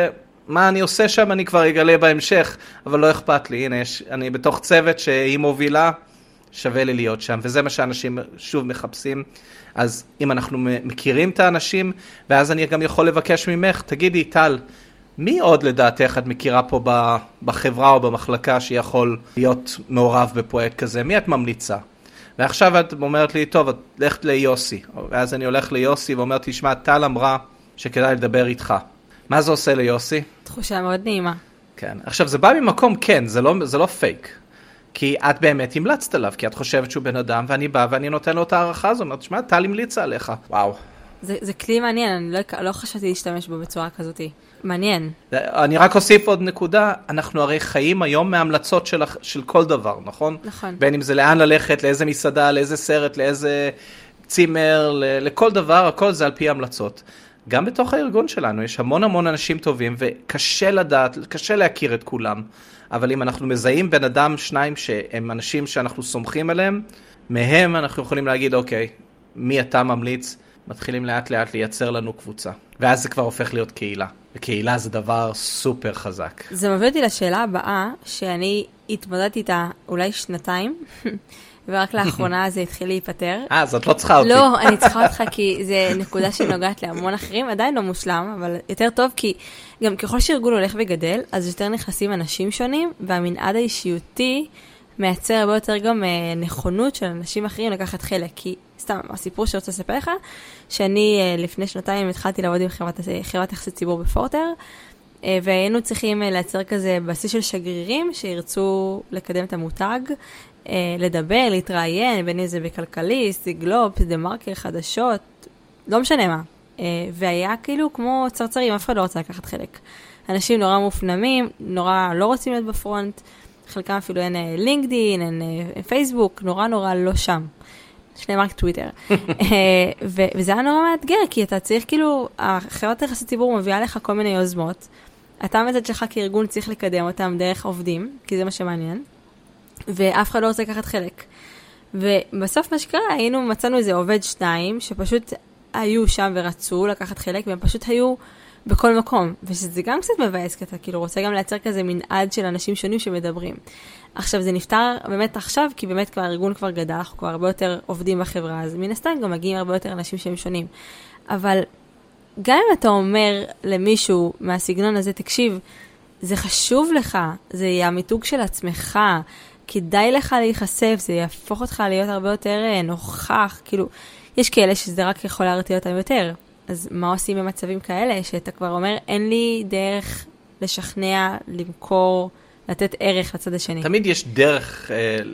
ומה אני עושה שם אני כבר אגלה בהמשך, אבל לא אכפת לי, הנה, אני בתוך צוות שהיא מובילה, שווה לי להיות שם, וזה מה שאנשים שוב מחפשים. אז אם אנחנו מכירים את האנשים, ואז אני גם יכול לבקש ממך, תגידי, טל, מי עוד לדעתך את מכירה פה בחברה או במחלקה שיכול להיות מעורב בפרויקט כזה? מי את ממליצה? ועכשיו את אומרת לי, טוב, את הולכת ליוסי. ואז אני הולך ליוסי ואומרת, תשמע, טל אמרה שכדאי לדבר איתך. מה זה עושה ליוסי? תחושה מאוד נעימה. כן. עכשיו, זה בא ממקום, כן, זה לא פייק. כי את באמת המלצת עליו, כי את חושבת שהוא בן אדם, ואני בא ואני נותן לו את הערכה הזו. אומרת, תשמע, טל המליצה עליך. וואו. זה כלי מעניין, אני לא חשבתי להשתמש בו בצורה כזאת. מעניין. אני רק אוסיף עוד נקודה, אנחנו הרי חיים היום מהמלצות של כל דבר, נכון? נכון. בין אם זה לאן ללכת, לאיזה מסעדה, לאיזה סרט, לאיזה צימר, לכל דבר, הכל זה על פי המלצות. גם בתוך הארגון שלנו יש המון אנשים טובים, וקשה לדעת, קשה להכיר את כולם. אבל אם אנחנו מזהים בן אדם, 2 שהם אנשים שאנחנו סומכים עליהם, מהם אנחנו יכולים להגיד, אוקיי, מי אתה ממליץ? מתחילים לאט לאט לייצר לנו קבוצה. ואז זה כבר הופך להיות קהילה. וקהילה זה דבר סופר חזק. זה מביא אותי לשאלה הבאה, שאני התמודדתי איתה אולי 2, ורק לאחרונה זה התחיל להיפטר. אז את לא צריכה אותי. לא, אני צריכה אותך כי זה נקודה שנוגעת להמון אחרים, עדיין לא מושלם, אבל יותר טוב כי גם ככל שארגון הולך וגדל, אז יותר נכנסים אנשים שונים, והמנעד האישיותי מייצר הרבה יותר גם נכונות של אנשים אחרים לקחת חלק. כי סתם, הסיפור שרוצה לספר לך, שאני לפני שנתיים התחלתי לעבוד עם חברת יחסי ציבור בפורטר, והיינו צריכים לייצר כזה בסיס של שגרירים שירצו לקדם את המותג, לדבר, להתראיין, בין אם זה בכלכליסט, גלובס, דה מרקר, חדשות, לא משנה מה. והיה כאילו כמו צרצרים, אף אחד לא רוצה לקחת חלק. אנשים נורא מופנמים, נורא לא רוצים להיות בפרונט, חלקם אפילו אין לינקדין, אין פייסבוק, נורא לא שם. יש להם רק טוויטר. וזה היה נורא מאתגר, כי אתה צריך כאילו, חברת יחסי ציבור מביאה לך כל מיני יוזמות, אתה מצד שלך כארגון צריך לקדם אותם דרך עובדים, כי זה מה שמעניין, ואף אחד לא רוצה לקחת חלק. ובסוף מה שקרה, מצאנו איזה עובד 2, שפשוט היו שם ורצו לקחת חלק, והם פשוט היו בכל מקום. ושזה גם קצת מבאס, כי אתה כאילו רוצה גם לייצר כזה מנעד של אנשים שונים שמדברים. עכשיו זה נפתר באמת עכשיו, כי באמת כבר הארגון כבר גדל, אנחנו כבר הרבה יותר עובדים בחברה, אז מן הסתם גם מגיעים הרבה יותר אנשים שהם שונים. אבל גם אם אתה אומר למישהו מהסגנון הזה, תקשיב, זה חשוב לך, זה יהיה המיתוג של עצמך, כדאי לך להיחשף, זה יהפוך אותך להיות הרבה יותר נוכח, כאילו, יש כאלה שזה רק יכול להרתיע אותם יותר. אז מה עושים במצבים כאלה? שאתה כבר אומר, אין לי דרך לשכנע, למכור, לתת ערך לצד השני. תמיד יש דרך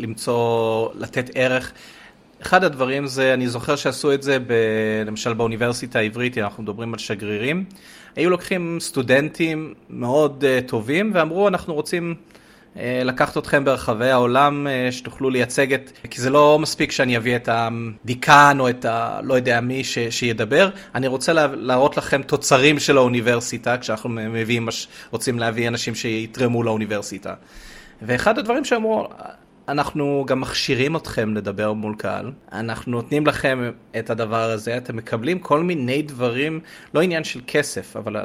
לתת ערך. אחד הדברים זה, אני זוכר שעשו את זה, למשל באוניברסיטה העברית, אנחנו מדברים על שגרירים, היו לוקחים סטודנטים מאוד טובים, ואמרו, אנחנו רוצים לקחת אתכם ברחבי העולם, שתוכלו לייצג כי זה לא מספיק שאני אביא את הדיקן או את לא יודע מי שידבר, אני רוצה להראות לכם תוצרים של האוניברסיטה, כשאנחנו רוצים להביא אנשים שיתרמו לאוניברסיטה. ואחד הדברים שאמרו, אנחנו גם מכשירים אתכם לדבר מול קהל, אנחנו נותנים לכם את הדבר הזה, אתם מקבלים כל מיני דברים, לא עניין של כסף, אבל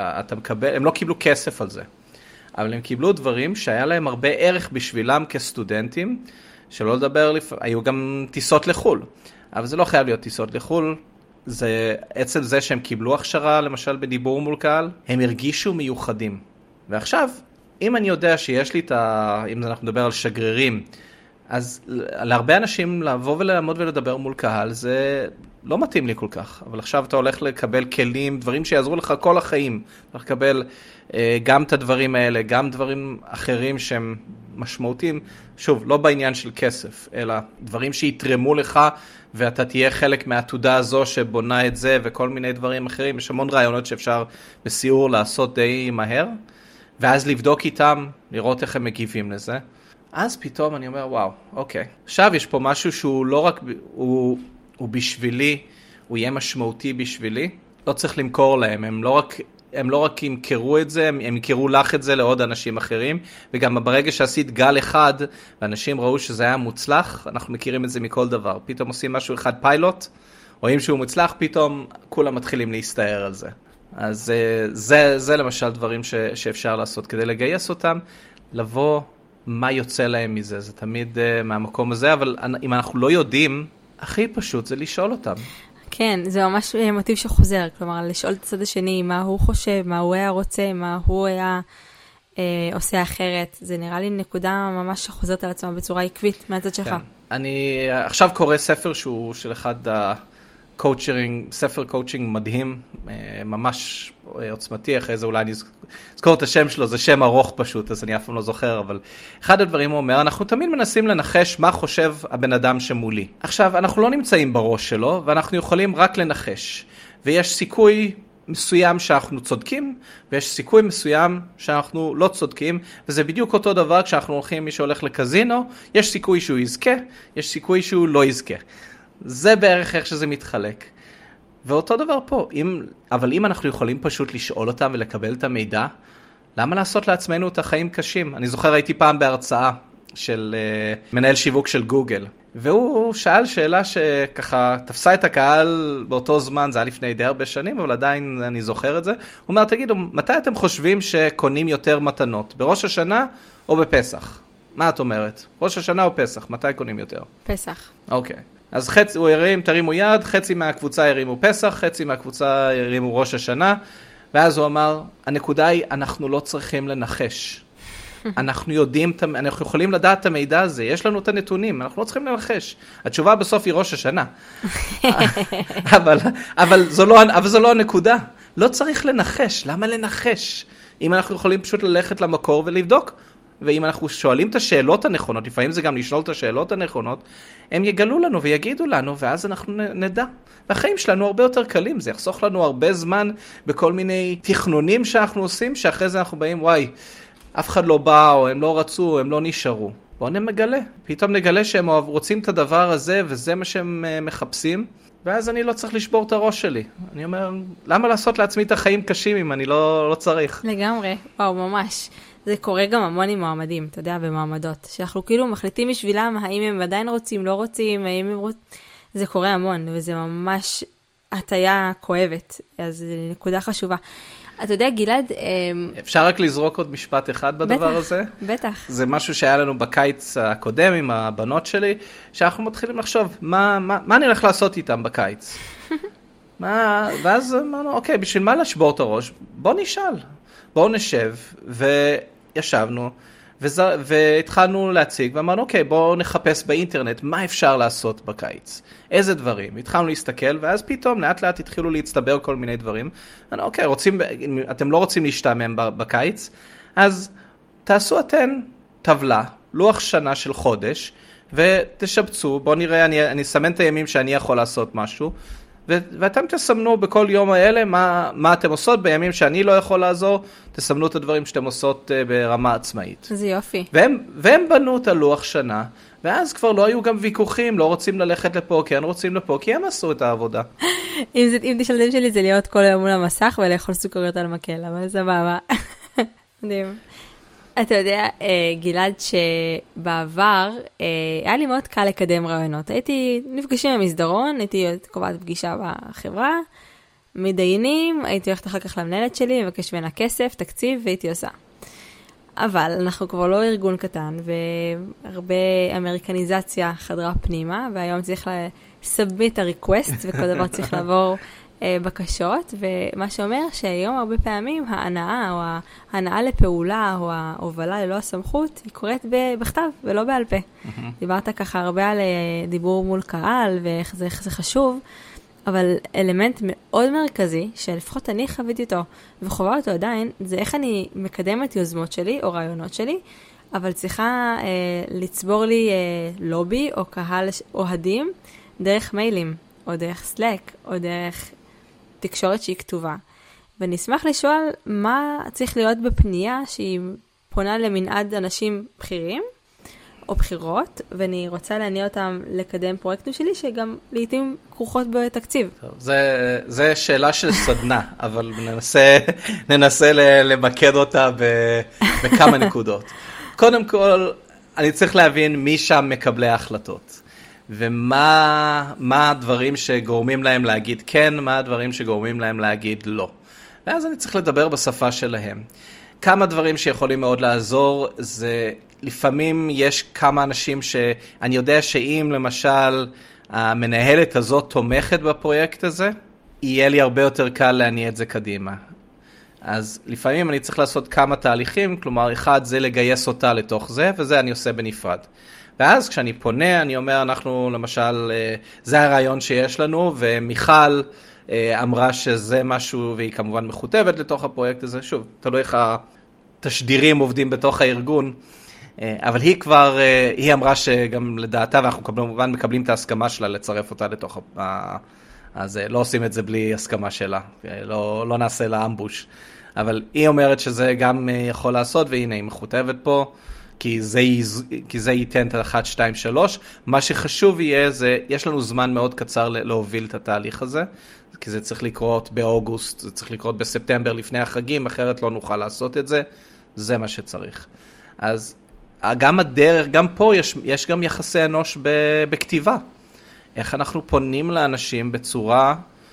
הם לא קיבלו כסף על זה. אבל הם קיבלו דברים שהיה להם הרבה ערך בשבילם כסטודנטים, שלא לדבר, היו גם טיסות לחול. אבל זה לא חייב להיות טיסות לחול, זה עצם זה שהם קיבלו הכשרה, למשל בדיבור מול קהל, הם הרגישו מיוחדים. ועכשיו, אם אני יודע שיש לי אם אנחנו מדבר על שגרירים, אז להרבה אנשים לבוא ולעמוד ולדבר מול קהל, זה לא מתאים לי כל כך. אבל עכשיו אתה הולך לקבל כלים, דברים שיעזרו לך כל החיים. אתה הולך לקבל גם את הדברים האלה, גם דברים אחרים שהם משמעותיים. שוב, לא בעניין של כסף, אלא דברים שיתרמו לך, ואתה תהיה חלק מהעתודה הזו שבונה את זה, וכל מיני דברים אחרים. יש המון רעיונות שאפשר בסיור לעשות די מהר, ואז לבדוק איתם, לראות איך הם מגיבים לזה. אז פתאום אני אומר, וואו, אוקיי. עכשיו יש פה משהו שהוא לא רק, הוא בשבילי, הוא יהיה משמעותי בשבילי. לא צריך למכור להם, הם לא רק ימכרו את זה, הם ימכרו לך את זה לעוד אנשים אחרים. וגם ברגע שעשית גל אחד, ואנשים ראו שזה היה מוצלח, אנחנו מכירים את זה מכל דבר. פתאום עושים משהו אחד פיילוט, רואים שהוא מוצלח, פתאום כולם מתחילים להסתער על זה. אז זה למשל דברים שאפשר לעשות כדי לגייס אותם, לבוא מה יוצא להם מזה, זה תמיד מהמקום הזה, אבל אם אנחנו לא יודעים, הכי פשוט זה לשאול אותם. כן, זה ממש מוטיב שחוזר, כלומר, לשאול את הצד השני מה הוא חושב, מה הוא היה רוצה, מה הוא היה עושה אחרת, זה נראה לי נקודה ממש שחוזרת על עצמה בצורה עקבית מהצד שלך. כן. אני עכשיו קורא ספר שהוא של אחד ספר קואוצ'ינג מדהים, ממש עוצמתי, אחרי זה אולי אני אזכור את השם שלו, זה שם ארוך פשוט, אז אני אף פעם לא זוכר, אבל אחד הדברים הוא אומר, אנחנו תמיד מנסים לנחש מה חושב הבן אדם שמולי. עכשיו, אנחנו לא נמצאים בראש שלו, ואנחנו יכולים רק לנחש, ויש סיכוי מסוים שאנחנו צודקים, ויש סיכוי מסוים שאנחנו לא צודקים, וזה בדיוק אותו דבר כשאנחנו הולכים, מי שהולך לקזינו, יש סיכוי שהוא יזכה, יש סיכוי שהוא לא יזכה. זה בערך איך שזה מתחלק. ואותו דבר פה, אבל אם אנחנו יכולים פשוט לשאול אותם ולקבל את המידע, למה לעשות לעצמנו את החיים קשים? אני זוכר, הייתי פעם בהרצאה של מנהל שיווק של גוגל, והוא שאל שאלה שככה תפסה את הקהל באותו זמן, זה היה לפני די הרבה שנים, אבל עדיין אני זוכר את זה. הוא אומר, תגידו, מתי אתם חושבים שקונים יותר מתנות? בראש השנה או בפסח? מה את אומרת? ראש השנה או פסח? מתי קונים יותר? פסח. אוקיי. אז הוא תרימו יד, חצי מהקבוצה הרימו פסח, חצי מהקבוצה הרימו ראש השנה, ואז הוא אמר, הנקודה היא, אנחנו לא צריכים לנחש. אנחנו יודעים, אנחנו יכולים לדעת את המידע הזה, יש לנו את הנתונים, אנחנו לא צריכים לנחש. התשובה בסוף היא ראש השנה. אבל זו לא הנקודה. לא צריך לנחש. למה לנחש? אם אנחנו יכולים פשוט ללכת למקור ולבדוק, ואם אנחנו שואלים את השאלות הנכונות, לפעמים זה גם לשאול את השאלות הנכונות, הם יגלו לנו ויגידו לנו, ואז אנחנו נדע. והחיים שלנו הרבה יותר קלים, זה יחסוך לנו הרבה זמן בכל מיני תכנונים שאנחנו עושים, שאחרי זה אנחנו באים, וואי, אף אחד לא בא, או הם לא רצו, הם לא נשארו. בואו נגלה. פתאום נגלה שהם רוצים את הדבר הזה, וזה מה שהם מחפשים, ואז אני לא צריך לשבור את הראש שלי. אני אומר, למה לעשות לעצמי את החיים קשים אם אני לא צריך? לגמרי, וואו, ממש. זה קורה גם המון עם מועמדים, אתה יודע, במעמדות, שאנחנו כאילו מחליטים בשבילם, האם הם עדיין רוצים, לא רוצים, האם הם רוצים, זה קורה המון, וזה ממש הטיה כואבת, אז זה נקודה חשובה. אתה יודע, גלעד... אפשר רק לזרוק עוד משפט אחד בדבר הזה? בטח. זה משהו שהיה לנו בקיץ הקודם עם הבנות שלי, שאנחנו מתחילים לחשוב, מה אני הולך לעשות איתם בקיץ? ואז אמרנו, אוקיי, בשביל מה לשבור את הראש? בוא נשאל. בואו נשב, וישבנו, והתחלנו להציג, ואמרנו, אוקיי, בואו נחפש באינטרנט מה אפשר לעשות בקיץ. איזה דברים. התחלנו להסתכל, ואז פתאום לאט לאט התחילו להצטבר כל מיני דברים. אמרנו, אוקיי, אתם לא רוצים להשתעמם בקיץ, אז תעשו אתן טבלה, לוח שנה של חודש, ותשבצו, בואו נראה, אני אסמן את הימים שאני יכול לעשות משהו, ואתם תסמנו בכל יום האלה מה אתם עושות בימים שאני לא יכול לעזור, תסמנו את הדברים שאתם עושות ברמה עצמאית. זה יופי. והם בנו את הלוח שנה, ואז כבר לא היו גם ויכוחים, לא רוצים ללכת לפה, כי הם רוצים לפה, כי הם עשו את העבודה. אם תשלדים שלי זה להיות כל היום מול המסך ולאכול סוכריות על מקל, אבל סבבה. מדהים. אתה יודע, גלעד, שבעבר היה לי מאוד קל לקדם רעיונות. הייתי נפגשים במסדרון, הייתי קובעת פגישה בחברה, מדיינים, הייתי הולכת אחר כך למנהלת שלי, מבקש ממנה כסף, תקציב, והייתי עושה. אבל אנחנו כבר לא ארגון קטן, והרבה אמריקניזציה חדרה פנימה, והיום צריך לסאבמיט הריקווסט, וכל דבר צריך לעבור בקשות, ומה שאומר שהיום הרבה פעמים ההנאה או ההנאה לפעולה או ההובלה ללא הסמכות היא קורית בכתב ולא בעל פה. דיברת ככה הרבה על דיבור מול קהל ואיך זה חשוב, אבל אלמנט מאוד מרכזי שלפחות אני חוויתי אותו וחובה אותו עדיין, זה איך אני מקדמת יוזמות שלי או רעיונות שלי, אבל צריכה לצבור לי לובי או קהל אוהדים דרך מיילים או דרך סלק או דרך תקשורת שהיא כתובה. ואני אשמח לשאול מה צריך להיות בפנייה שהיא פונה למנעד אנשים בכירים או בחירות, ואני רוצה להניע אותם לקדם פרויקטים שלי שגם לעתים כרוכות בתקציב. טוב, זה שאלה של סדנה, אבל ננסה למקד אותה בכמה נקודות. קודם כל, אני צריך להבין מי שם מקבלי ההחלטות. ומה הדברים שגורמים להם להגיד כן, מה הדברים שגורמים להם להגיד לא. ואז אני צריך לדבר בשפה שלהם. כמה דברים שיכולים מאוד לעזור, זה לפעמים יש כמה אנשים שאני יודע שאם למשל המנהלת הזאת תומכת בפרויקט הזה, יהיה לי הרבה יותר קל להניע את זה קדימה. אז לפעמים אני צריך לעשות כמה תהליכים, כלומר אחד זה לגייס אותה לתוך זה, וזה אני עושה בנפרד. ואז כשאני פונה, אני אומר, אנחנו למשל, זה הרעיון שיש לנו, ומיכל אמרה שזה משהו, והיא כמובן מכותבת לתוך הפרויקט הזה, שוב, תלוי איך התשדירים עובדים בתוך הארגון, אבל היא כבר, היא אמרה שגם לדעתה, ואנחנו כמובן מקבלים את ההסכמה שלה לצרף אותה לתוך, אז לא עושים את זה בלי הסכמה שלה, לא נעשה לה אמבוש, אבל היא אומרת שזה גם יכול לעשות, והנה היא מכותבת פה, כי זה ייתן את 1, 2, 3. מה שחשוב יהיה זה, יש לנו זמן מאוד קצר להוביל את התהליך הזה, כי זה צריך לקרות באוגוסט, זה צריך לקרות בספטמבר לפני החגים, אחרת לא נוכל לעשות את זה, זה מה שצריך. אז גם הדרך, גם פה יש גם יחסי אנוש בכתיבה. איך אנחנו פונים לאנשים בצורה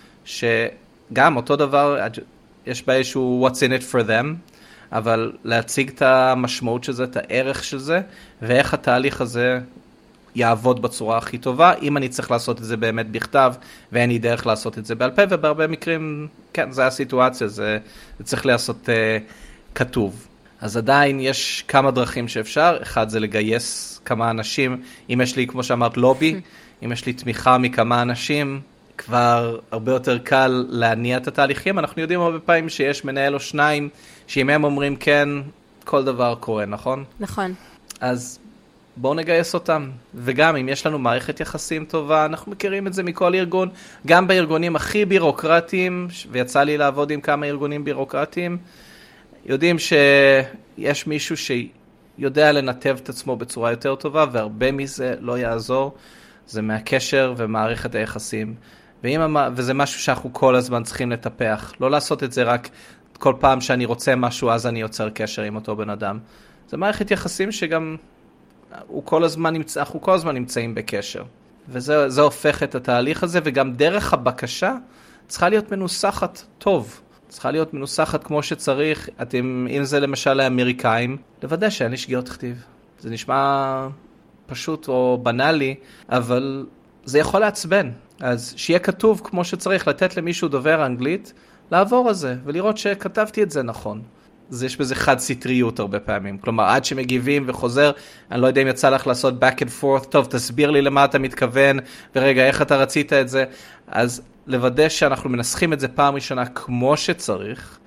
שגם אותו דבר, יש בה איזשהו what's in it for them, אבל להציג את המשמעות של זה, את הערך של זה, ואיך התהליך הזה יעבוד בצורה הכי טובה, אם אני צריך לעשות את זה באמת בכתב, ואין לי דרך לעשות את זה בעל פה, ובהרבה מקרים, כן, זה הסיטואציה, זה צריך לעשות כתוב. אז עדיין יש כמה דרכים שאפשר. אחד זה לגייס כמה אנשים. אם יש לי, כמו שאמרת, לובי, אם יש לי תמיכה מכמה אנשים, כבר הרבה יותר קל להניע את התהליכים. אנחנו יודעים הרבה פעמים שיש מנהל או שניים, שאם הם אומרים כן, כל דבר קורה, נכון? נכון. אז בואו נגייס אותם. וגם אם יש לנו מערכת יחסים טובה, אנחנו מכירים את זה מכל ארגון, גם בארגונים הכי בירוקרטיים, ויצא לי לעבוד עם כמה ארגונים בירוקרטיים, יודעים שיש מישהו שיודע לנתב את עצמו בצורה יותר טובה, והרבה מזה לא יעזור. זה מהקשר ומערכת היחסים. וזה משהו שאנחנו כל הזמן צריכים לטפח. לא לעשות את זה רק כל פעם שאני רוצה משהו, אז אני יוצר קשר עם אותו בן אדם. זה מערכת יחסים שגם אנחנו כל הזמן נמצאים בקשר. וזה הופך את התהליך הזה, וגם דרך הבקשה צריכה להיות מנוסחת טוב. צריכה להיות מנוסחת כמו שצריך. אם זה למשל לאמריקאים, לוודא שאין לי שגיאות כתיב. זה נשמע פשוט או בנאלי, אבל זה יכול לעצבן. אז שיהיה כתוב כמו שצריך, לתת למישהו דובר אנגלית, לעבור על זה, ולראות שכתבתי את זה נכון. יש בזה חד סטריות הרבה פעמים. כלומר, עד שמגיבים וחוזר, אני לא יודע אם יצא לך לעשות back and forth, טוב, תסביר לי למה אתה מתכוון, ורגע, איך אתה רצית את זה. אז לוודא שאנחנו מנסחים את זה פעם ראשונה כמו שצריך,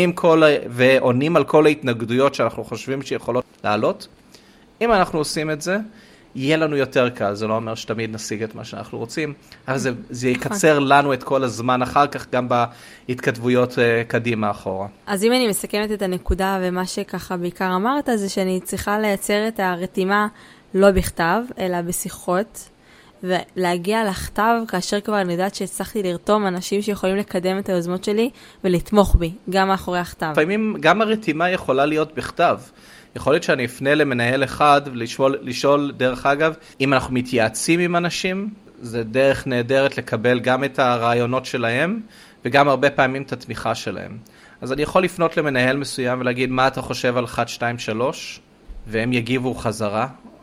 ועונים על כל ההתנגדויות שאנחנו חושבים שיכולות לעלות. אם אנחנו עושים את זה, יהיה לנו יותר קל. זה לא אומר שתמיד נשיג את מה שאנחנו רוצים, אבל זה יקצר לנו את כל הזמן אחר כך, גם בהתכתבויות קדימה אחורה. אז אם אני מסכמת את הנקודה, ומה שככה בעיקר אמרת, זה שאני צריכה לייצר את הרתימה לא בכתב, אלא בשיחות, ולהגיע לכתב, כאשר כבר אני יודעת שהצלחתי לרתום אנשים שיכולים לקדם את היוזמות שלי, ולתמוך בי, גם מאחורי הכתב. לפעמים גם הרתימה יכולה להיות בכתב. יכול להיות שאני אפנה למנהל אחד ולשאול, דרך אגב, אם אנחנו מתייעצים עם אנשים, זה דרך נהדרת לקבל גם את הרעיונות שלהם, וגם הרבה פעמים את התמיכה שלהם. אז אני יכול לפנות למנהל מסוים ולהגיד, מה אתה חושב על 1, 2, 3, והם יגיבו חזרה,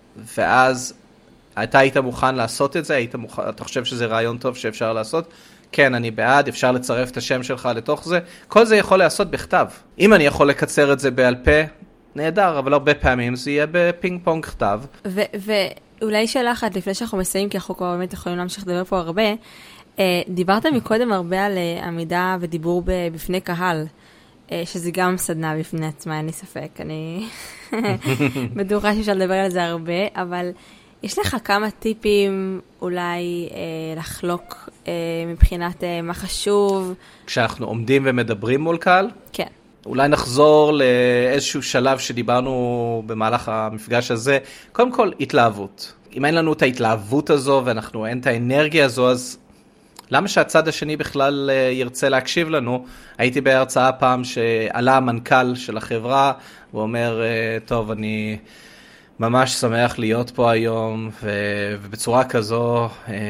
ואז אתה היית מוכן לעשות את זה, אתה חושב שזה רעיון טוב שאפשר לעשות? כן, אני בעד, אפשר לצרף את השם שלך לתוך זה. כל זה יכול לעשות בכתב. אם אני יכול לקצר את זה בעל פה, נהדר, אבל הרבה פעמים זה יהיה בפינג פונג כתב. ואולי שאלה אחת, לפני שאנחנו מסיים, כי אנחנו כבר באמת יכולים להמשיך לדבר פה הרבה, דיברת מקודם הרבה על עמידה ודיבור בפני קהל, שזה גם סדנה בפני עצמה, אין לי ספק. אני בטוחה שאפשר לדבר על זה הרבה, אבל יש לך כמה טיפים אולי לחלוק מבחינת מה חשוב? כשאנחנו עומדים ומדברים מול קהל? כן. אולי נחזור לאיזשהו שלב שדיברנו במהלך המפגש הזה. קודם כל, התלהבות. אם אין לנו את ההתלהבות הזו ואין את האנרגיה הזו, אז למה שהצד השני בכלל ירצה להקשיב לנו? הייתי בהרצאה פעם שעלה המנכ"ל של החברה, הוא אומר, טוב, אני ממש שמח להיות פה היום, ובצורה כזו,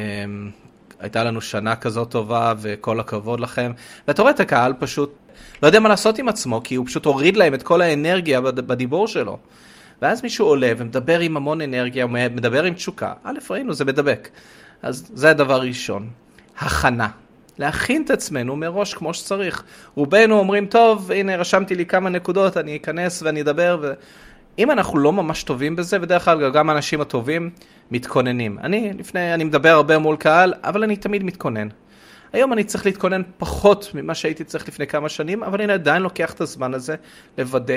הייתה לנו שנה כזו טובה, וכל הכבוד לכם. ואתה רואה את הקהל פשוט, לא יודע מה לעשות עם עצמו, כי הוא פשוט הוריד להם את כל האנרגיה בדיבור שלו. ואז מישהו עולה ומדבר עם המון אנרגיה, מדבר עם תשוקה. ראינו, זה מדבק. אז זה הדבר ראשון. הכנה. להכין את עצמנו מראש כמו שצריך. רובנו אומרים, טוב, הנה, רשמתי לי כמה נקודות, אני אכנס ואני אדבר. אם אנחנו לא ממש טובים בזה, ודרך כלל גם האנשים הטובים מתכוננים. אני מדבר הרבה מול קהל, אבל אני תמיד מתכונן. היום אני צריך להתכונן פחות ממה שהייתי צריך לפני כמה שנים, אבל אני עדיין לוקח את הזמן הזה לוודא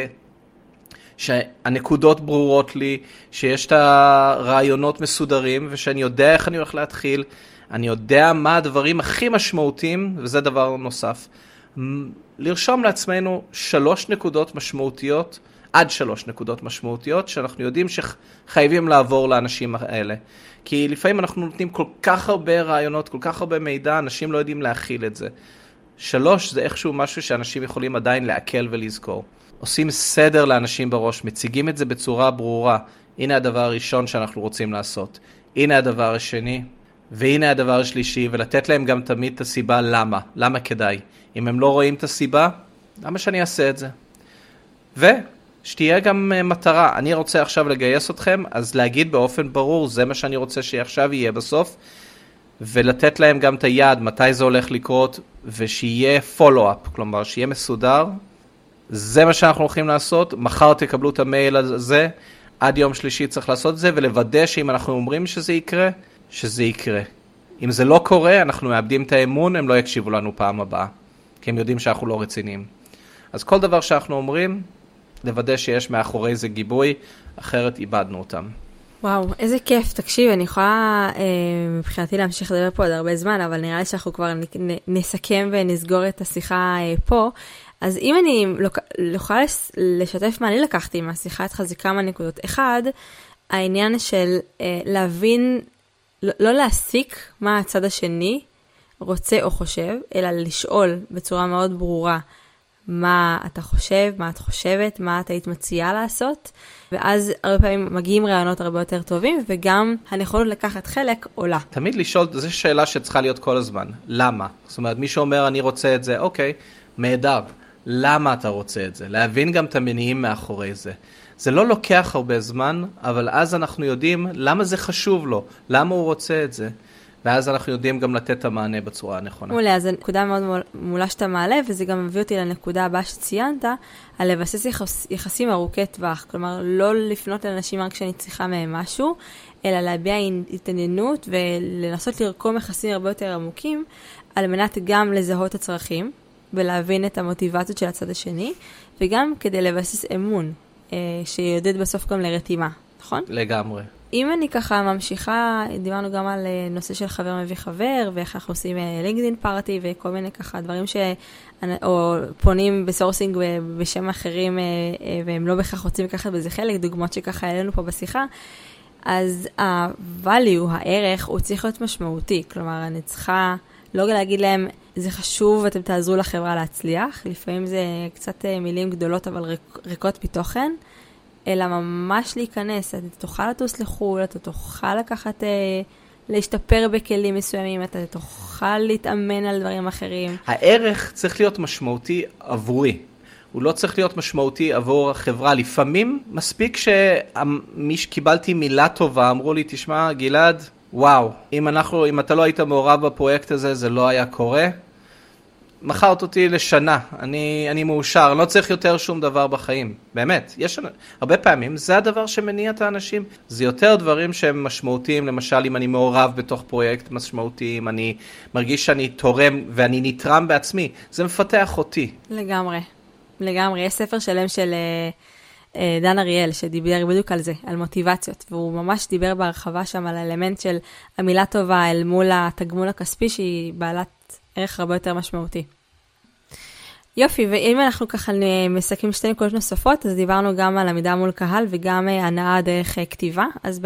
שהנקודות ברורות לי, שיש את הרעיונות מסודרים, ושאני יודע איך אני הולך להתחיל, אני יודע מה הדברים הכי משמעותיים, וזה דבר נוסף. לרשום לעצמנו 3 נקודות משמעותיות, עד 3 נקודות משמעותיות, שאנחנו יודעים שחייבים לעבור לאנשים האלה. כי לפעמים אנחנו נותנים כל כך הרבה רעיונות, כל כך הרבה מידע, אנשים לא יודעים להכיל את זה. 3 זה איכשהו משהו שאנשים יכולים עדיין לעכל ולזכור. עושים סדר לאנשים בראש, מציגים את זה בצורה ברורה. הנה הדבר הראשון שאנחנו רוצים לעשות. הנה הדבר השני, והנה הדבר השלישי, ולתת להם גם תמיד את הסיבה למה. למה כדאי. אם הם לא רואים את הסיבה, למה שאני אעשה את זה? שתהיה גם מטרה. אני רוצה עכשיו לגייס אתכם, אז להגיד באופן ברור, זה מה שאני רוצה שעכשיו יהיה בסוף, ולתת להם גם את היעד, מתי זה הולך לקרות, ושיהיה follow-up, כלומר, שיהיה מסודר, זה מה שאנחנו הולכים לעשות, מחר תקבלו את המייל הזה, עד יום שלישי צריך לעשות את זה, ולוודא שאם אנחנו אומרים שזה יקרה, שזה יקרה. אם זה לא קורה, אנחנו מאבדים את האמון, הם לא יקשיבו לנו פעם הבאה, כי הם יודעים שאנחנו לא רציניים. אז כל דבר שאנחנו אומרים, לוודא שיש מאחורי זה גיבוי, אחרת איבדנו אותם. וואו, איזה כיף. תקשיב, אני יכולה מבחינתי להמשיך לדבר פה עוד הרבה זמן, אבל נראה לי שאנחנו כבר נסכם ונסגור את השיחה פה. אז אם אני יכולה לשתף מה אני לקחתי מהשיחה איתך, זה כמה נקודות. אחד, העניין של להבין, לא להסיק מה הצד השני רוצה או חושב, אלא לשאול בצורה מאוד ברורה מה אתה חושב, מה את חושבת, מה את היית מציעה לעשות, ואז הרבה פעמים מגיעים רעיונות הרבה יותר טובים, וגם הנכונות לקחת חלק עולה. תמיד לשאול, זו שאלה שצריכה להיות כל הזמן. למה? זאת אומרת, מי שאומר אני רוצה את זה, אוקיי, נהדר. למה אתה רוצה את זה? להבין גם את המניעים מאחורי זה. זה לא לוקח הרבה זמן, אבל אז אנחנו יודעים למה זה חשוב לו, למה הוא רוצה את זה. ואז אנחנו יודעים גם לתת את המענה בצורה הנכונה. מעולה, אז הנקודה מאוד מעולה שאתה מעלה, וזה גם מביא אותי לנקודה הבאה שציינת, על לבסס יחסים ארוכי טווח. כלומר, לא לפנות לאנשים רק כשאני צריכה מהם משהו, אלא להביע התעניינות ולנסות לרקום יחסים הרבה יותר עמוקים, על מנת גם לזהות הצרכים, ולהבין את המוטיבציות של הצד השני, וגם כדי לבסס אמון, שיודד בסוף גם לרתימה, נכון? לגמרי. אם אני ככה ממשיכה, דיברנו גם על נושא של חבר מביא חבר, ואיך אנחנו עושים לינקדין פארטי, וכל מיני ככה דברים או פונים בסורסינג בשם אחרים, והם לא בכך רוצים לקחת בזה חלק, דוגמאות שככה העלינו פה בשיחה, אז ה-value, הערך, הוא צריך להיות משמעותי. כלומר, אני צריכה לא להגיד להם, זה חשוב, אתם תעזרו לחברה להצליח. לפעמים זה קצת מילים גדולות, אבל ריקות מתוכן. אלא ממש להיכנס, אתה תוכל לטוס לחול, אתה תוכל לקחת, להשתפר בכלים מסוימים, אתה תוכל להתאמן על דברים אחרים. הערך צריך להיות משמעותי עבורי. הוא לא צריך להיות משמעותי עבור החברה. לפעמים מספיק שקיבלתי מילה טובה, אמרו לי, תשמע, גלעד, וואו, אם אתה לא היית מעורב בפרויקט הזה, זה לא היה קורה. מחרת אותי לשנה, אני מאושר, לא צריך יותר שום דבר בחיים. באמת, יש הרבה פעמים, זה הדבר שמניע את האנשים. זה יותר דברים שהם משמעותיים, למשל אם אני מעורב בתוך פרויקט משמעותי, אם אני מרגיש שאני תורם ואני נתרם בעצמי, זה מפתח אותי. לגמרי, לגמרי. יש ספר שלם של דן אריאל, שדיבר בדיוק על זה, על מוטיבציות, והוא ממש דיבר בהרחבה שם על האלמנט של המילה טובה אל מול התגמול הכספי, שהיא בעלת ערך הרבה יותר משמעותי. יופי, ואם אנחנו ככה מסכים שתי נקודות נוספות, אז דיברנו גם על עמידה מול קהל, וגם הנאה דרך כתיבה. אז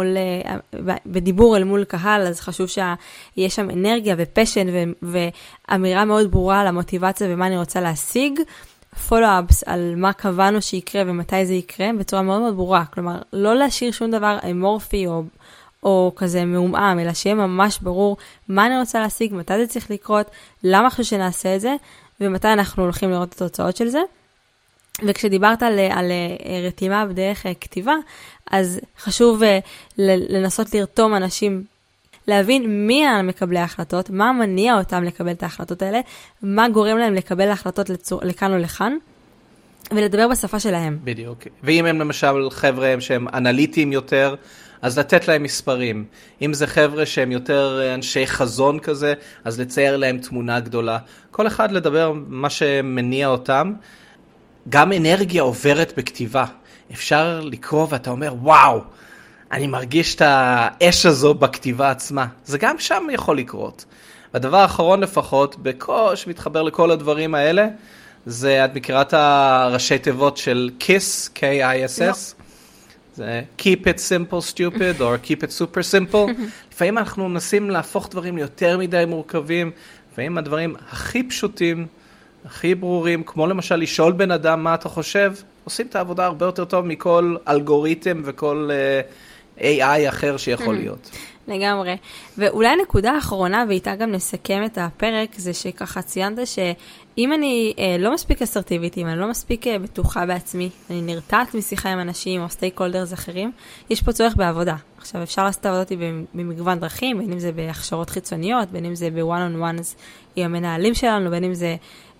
בדיבור אל מול קהל, אז חשוב שיש שם אנרגיה ופשן, ואמירה מאוד ברורה על המוטיבציה ומה אני רוצה להשיג. פולו-אפס על מה קבענו שיקרה ומתי זה יקרה, בצורה מאוד מאוד ברורה. כלומר, לא להשאיר שום דבר אמורפי או כזה מעומעם, אלא שיהיה ממש ברור מה אני רוצה להשיג, מתי זה צריך לקרות, למה חשוב שנעשה את זה, ומתי אנחנו הולכים לראות את התוצאות של זה. וכשדיברת על רתימה בדרך כתיבה, אז חשוב לנסות לרתום אנשים, להבין מי מקבלי ההחלטות, מה מניע אותם לקבל את ההחלטות האלה, מה גורם להם לקבל ההחלטות לכאן או לכאן, ולדבר בשפה שלהם. בדיוק. ואם הם למשל חבר'ה שהם אנליטיים יותר, אז לתת להם מספרים. אם זה חבר'ה שהם יותר אנשי חזון כזה, אז לצייר להם תמונה גדולה. כל אחד לדבר מה שמניע אותם. גם אנרגיה עוברת בכתיבה. אפשר לקרוא ואתה אומר, וואו, אני מרגיש את האש הזו בכתיבה עצמה. זה גם שם יכול לקרות. והדבר האחרון לפחות, שמתחבר לכל הדברים האלה, זה, את מכירה את הראשי תיבות של KISS, K-I-S-S? זה keep it simple stupid, or keep it super simple. לפעמים אנחנו מנסים להפוך דברים ליותר מדי מורכבים, לפעמים הדברים הכי פשוטים, הכי ברורים, כמו למשל לשאול בן אדם מה אתה חושב, עושים את העבודה הרבה יותר טוב מכל אלגוריתם וכל AI אחר שיכול להיות. לגמרי. ואולי הנקודה האחרונה, ואיתה גם נסכם את הפרק, זה שככה ציינת שאם אני לא מספיק אסרטיבית, אם אני לא מספיק בטוחה בעצמי, אני נרתעת משיחה עם אנשים או סטייקולדרס אחרים, יש פה צורך בעבודה. עכשיו, אפשר לעשות עבודות במגוון דרכים, בין אם זה בהכשרות חיצוניות, בין אם זה ב-one-on-ones עם המנהלים שלנו, בין אם זה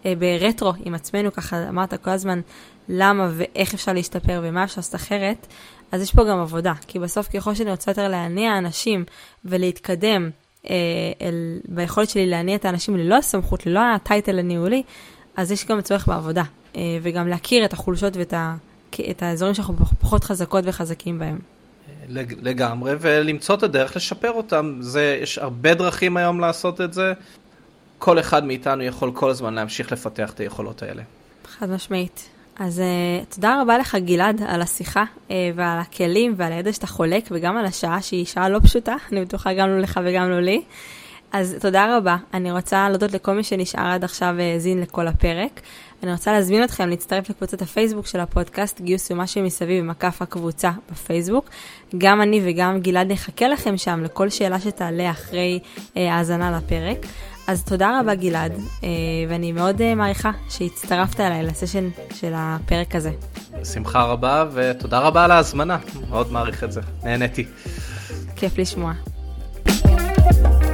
ברטרו עם עצמנו, ככה אמרת כל הזמן למה ואיך אפשר להשתפר ומה אפשר לעשות אחרת, אז יש פה גם עבודה, כי בסוף ככל שאני רוצה יותר להניע אנשים ולהתקדם ביכולת שלי להניע את האנשים ללא הסמכות, ללא הטייטל הניהולי, אז יש גם צורך בעבודה, וגם להכיר את החולשות ואת האזורים שאנחנו פחות חזקות וחזקים בהם. לגמרי, ולמצוא את הדרך לשפר אותם. יש הרבה דרכים היום לעשות את זה. כל אחד מאיתנו יכול כל הזמן להמשיך לפתח את היכולות האלה. חד משמעית. אז תודה רבה לך גלעד על השיחה ועל הכלים ועל הידע שאתה חולק, וגם על השעה שהיא שעה לא פשוטה, אני בטוחה גם לך וגם לי. אז תודה רבה. אני רוצה להודות לכל מי שנשאר עד עכשיו והאזין לכל הפרק. אני רוצה להזמין אתכם להצטרף לקבוצת הפייסבוק של הפודקאסט, גיוס ומה שמסביב במקף הקבוצה בפייסבוק. גם אני וגם גלעד נחכה לכם שם לכל שאלה שתעלה אחרי האזנה לפרק. אז תודה רבה גלעד, ואני מאוד מעריכה שהצטרפת אליי לסשן של הפרק הזה. שמחה רבה, ותודה רבה על ההזמנה. מאוד מעריך את זה. נהניתי. כיף לשמוע.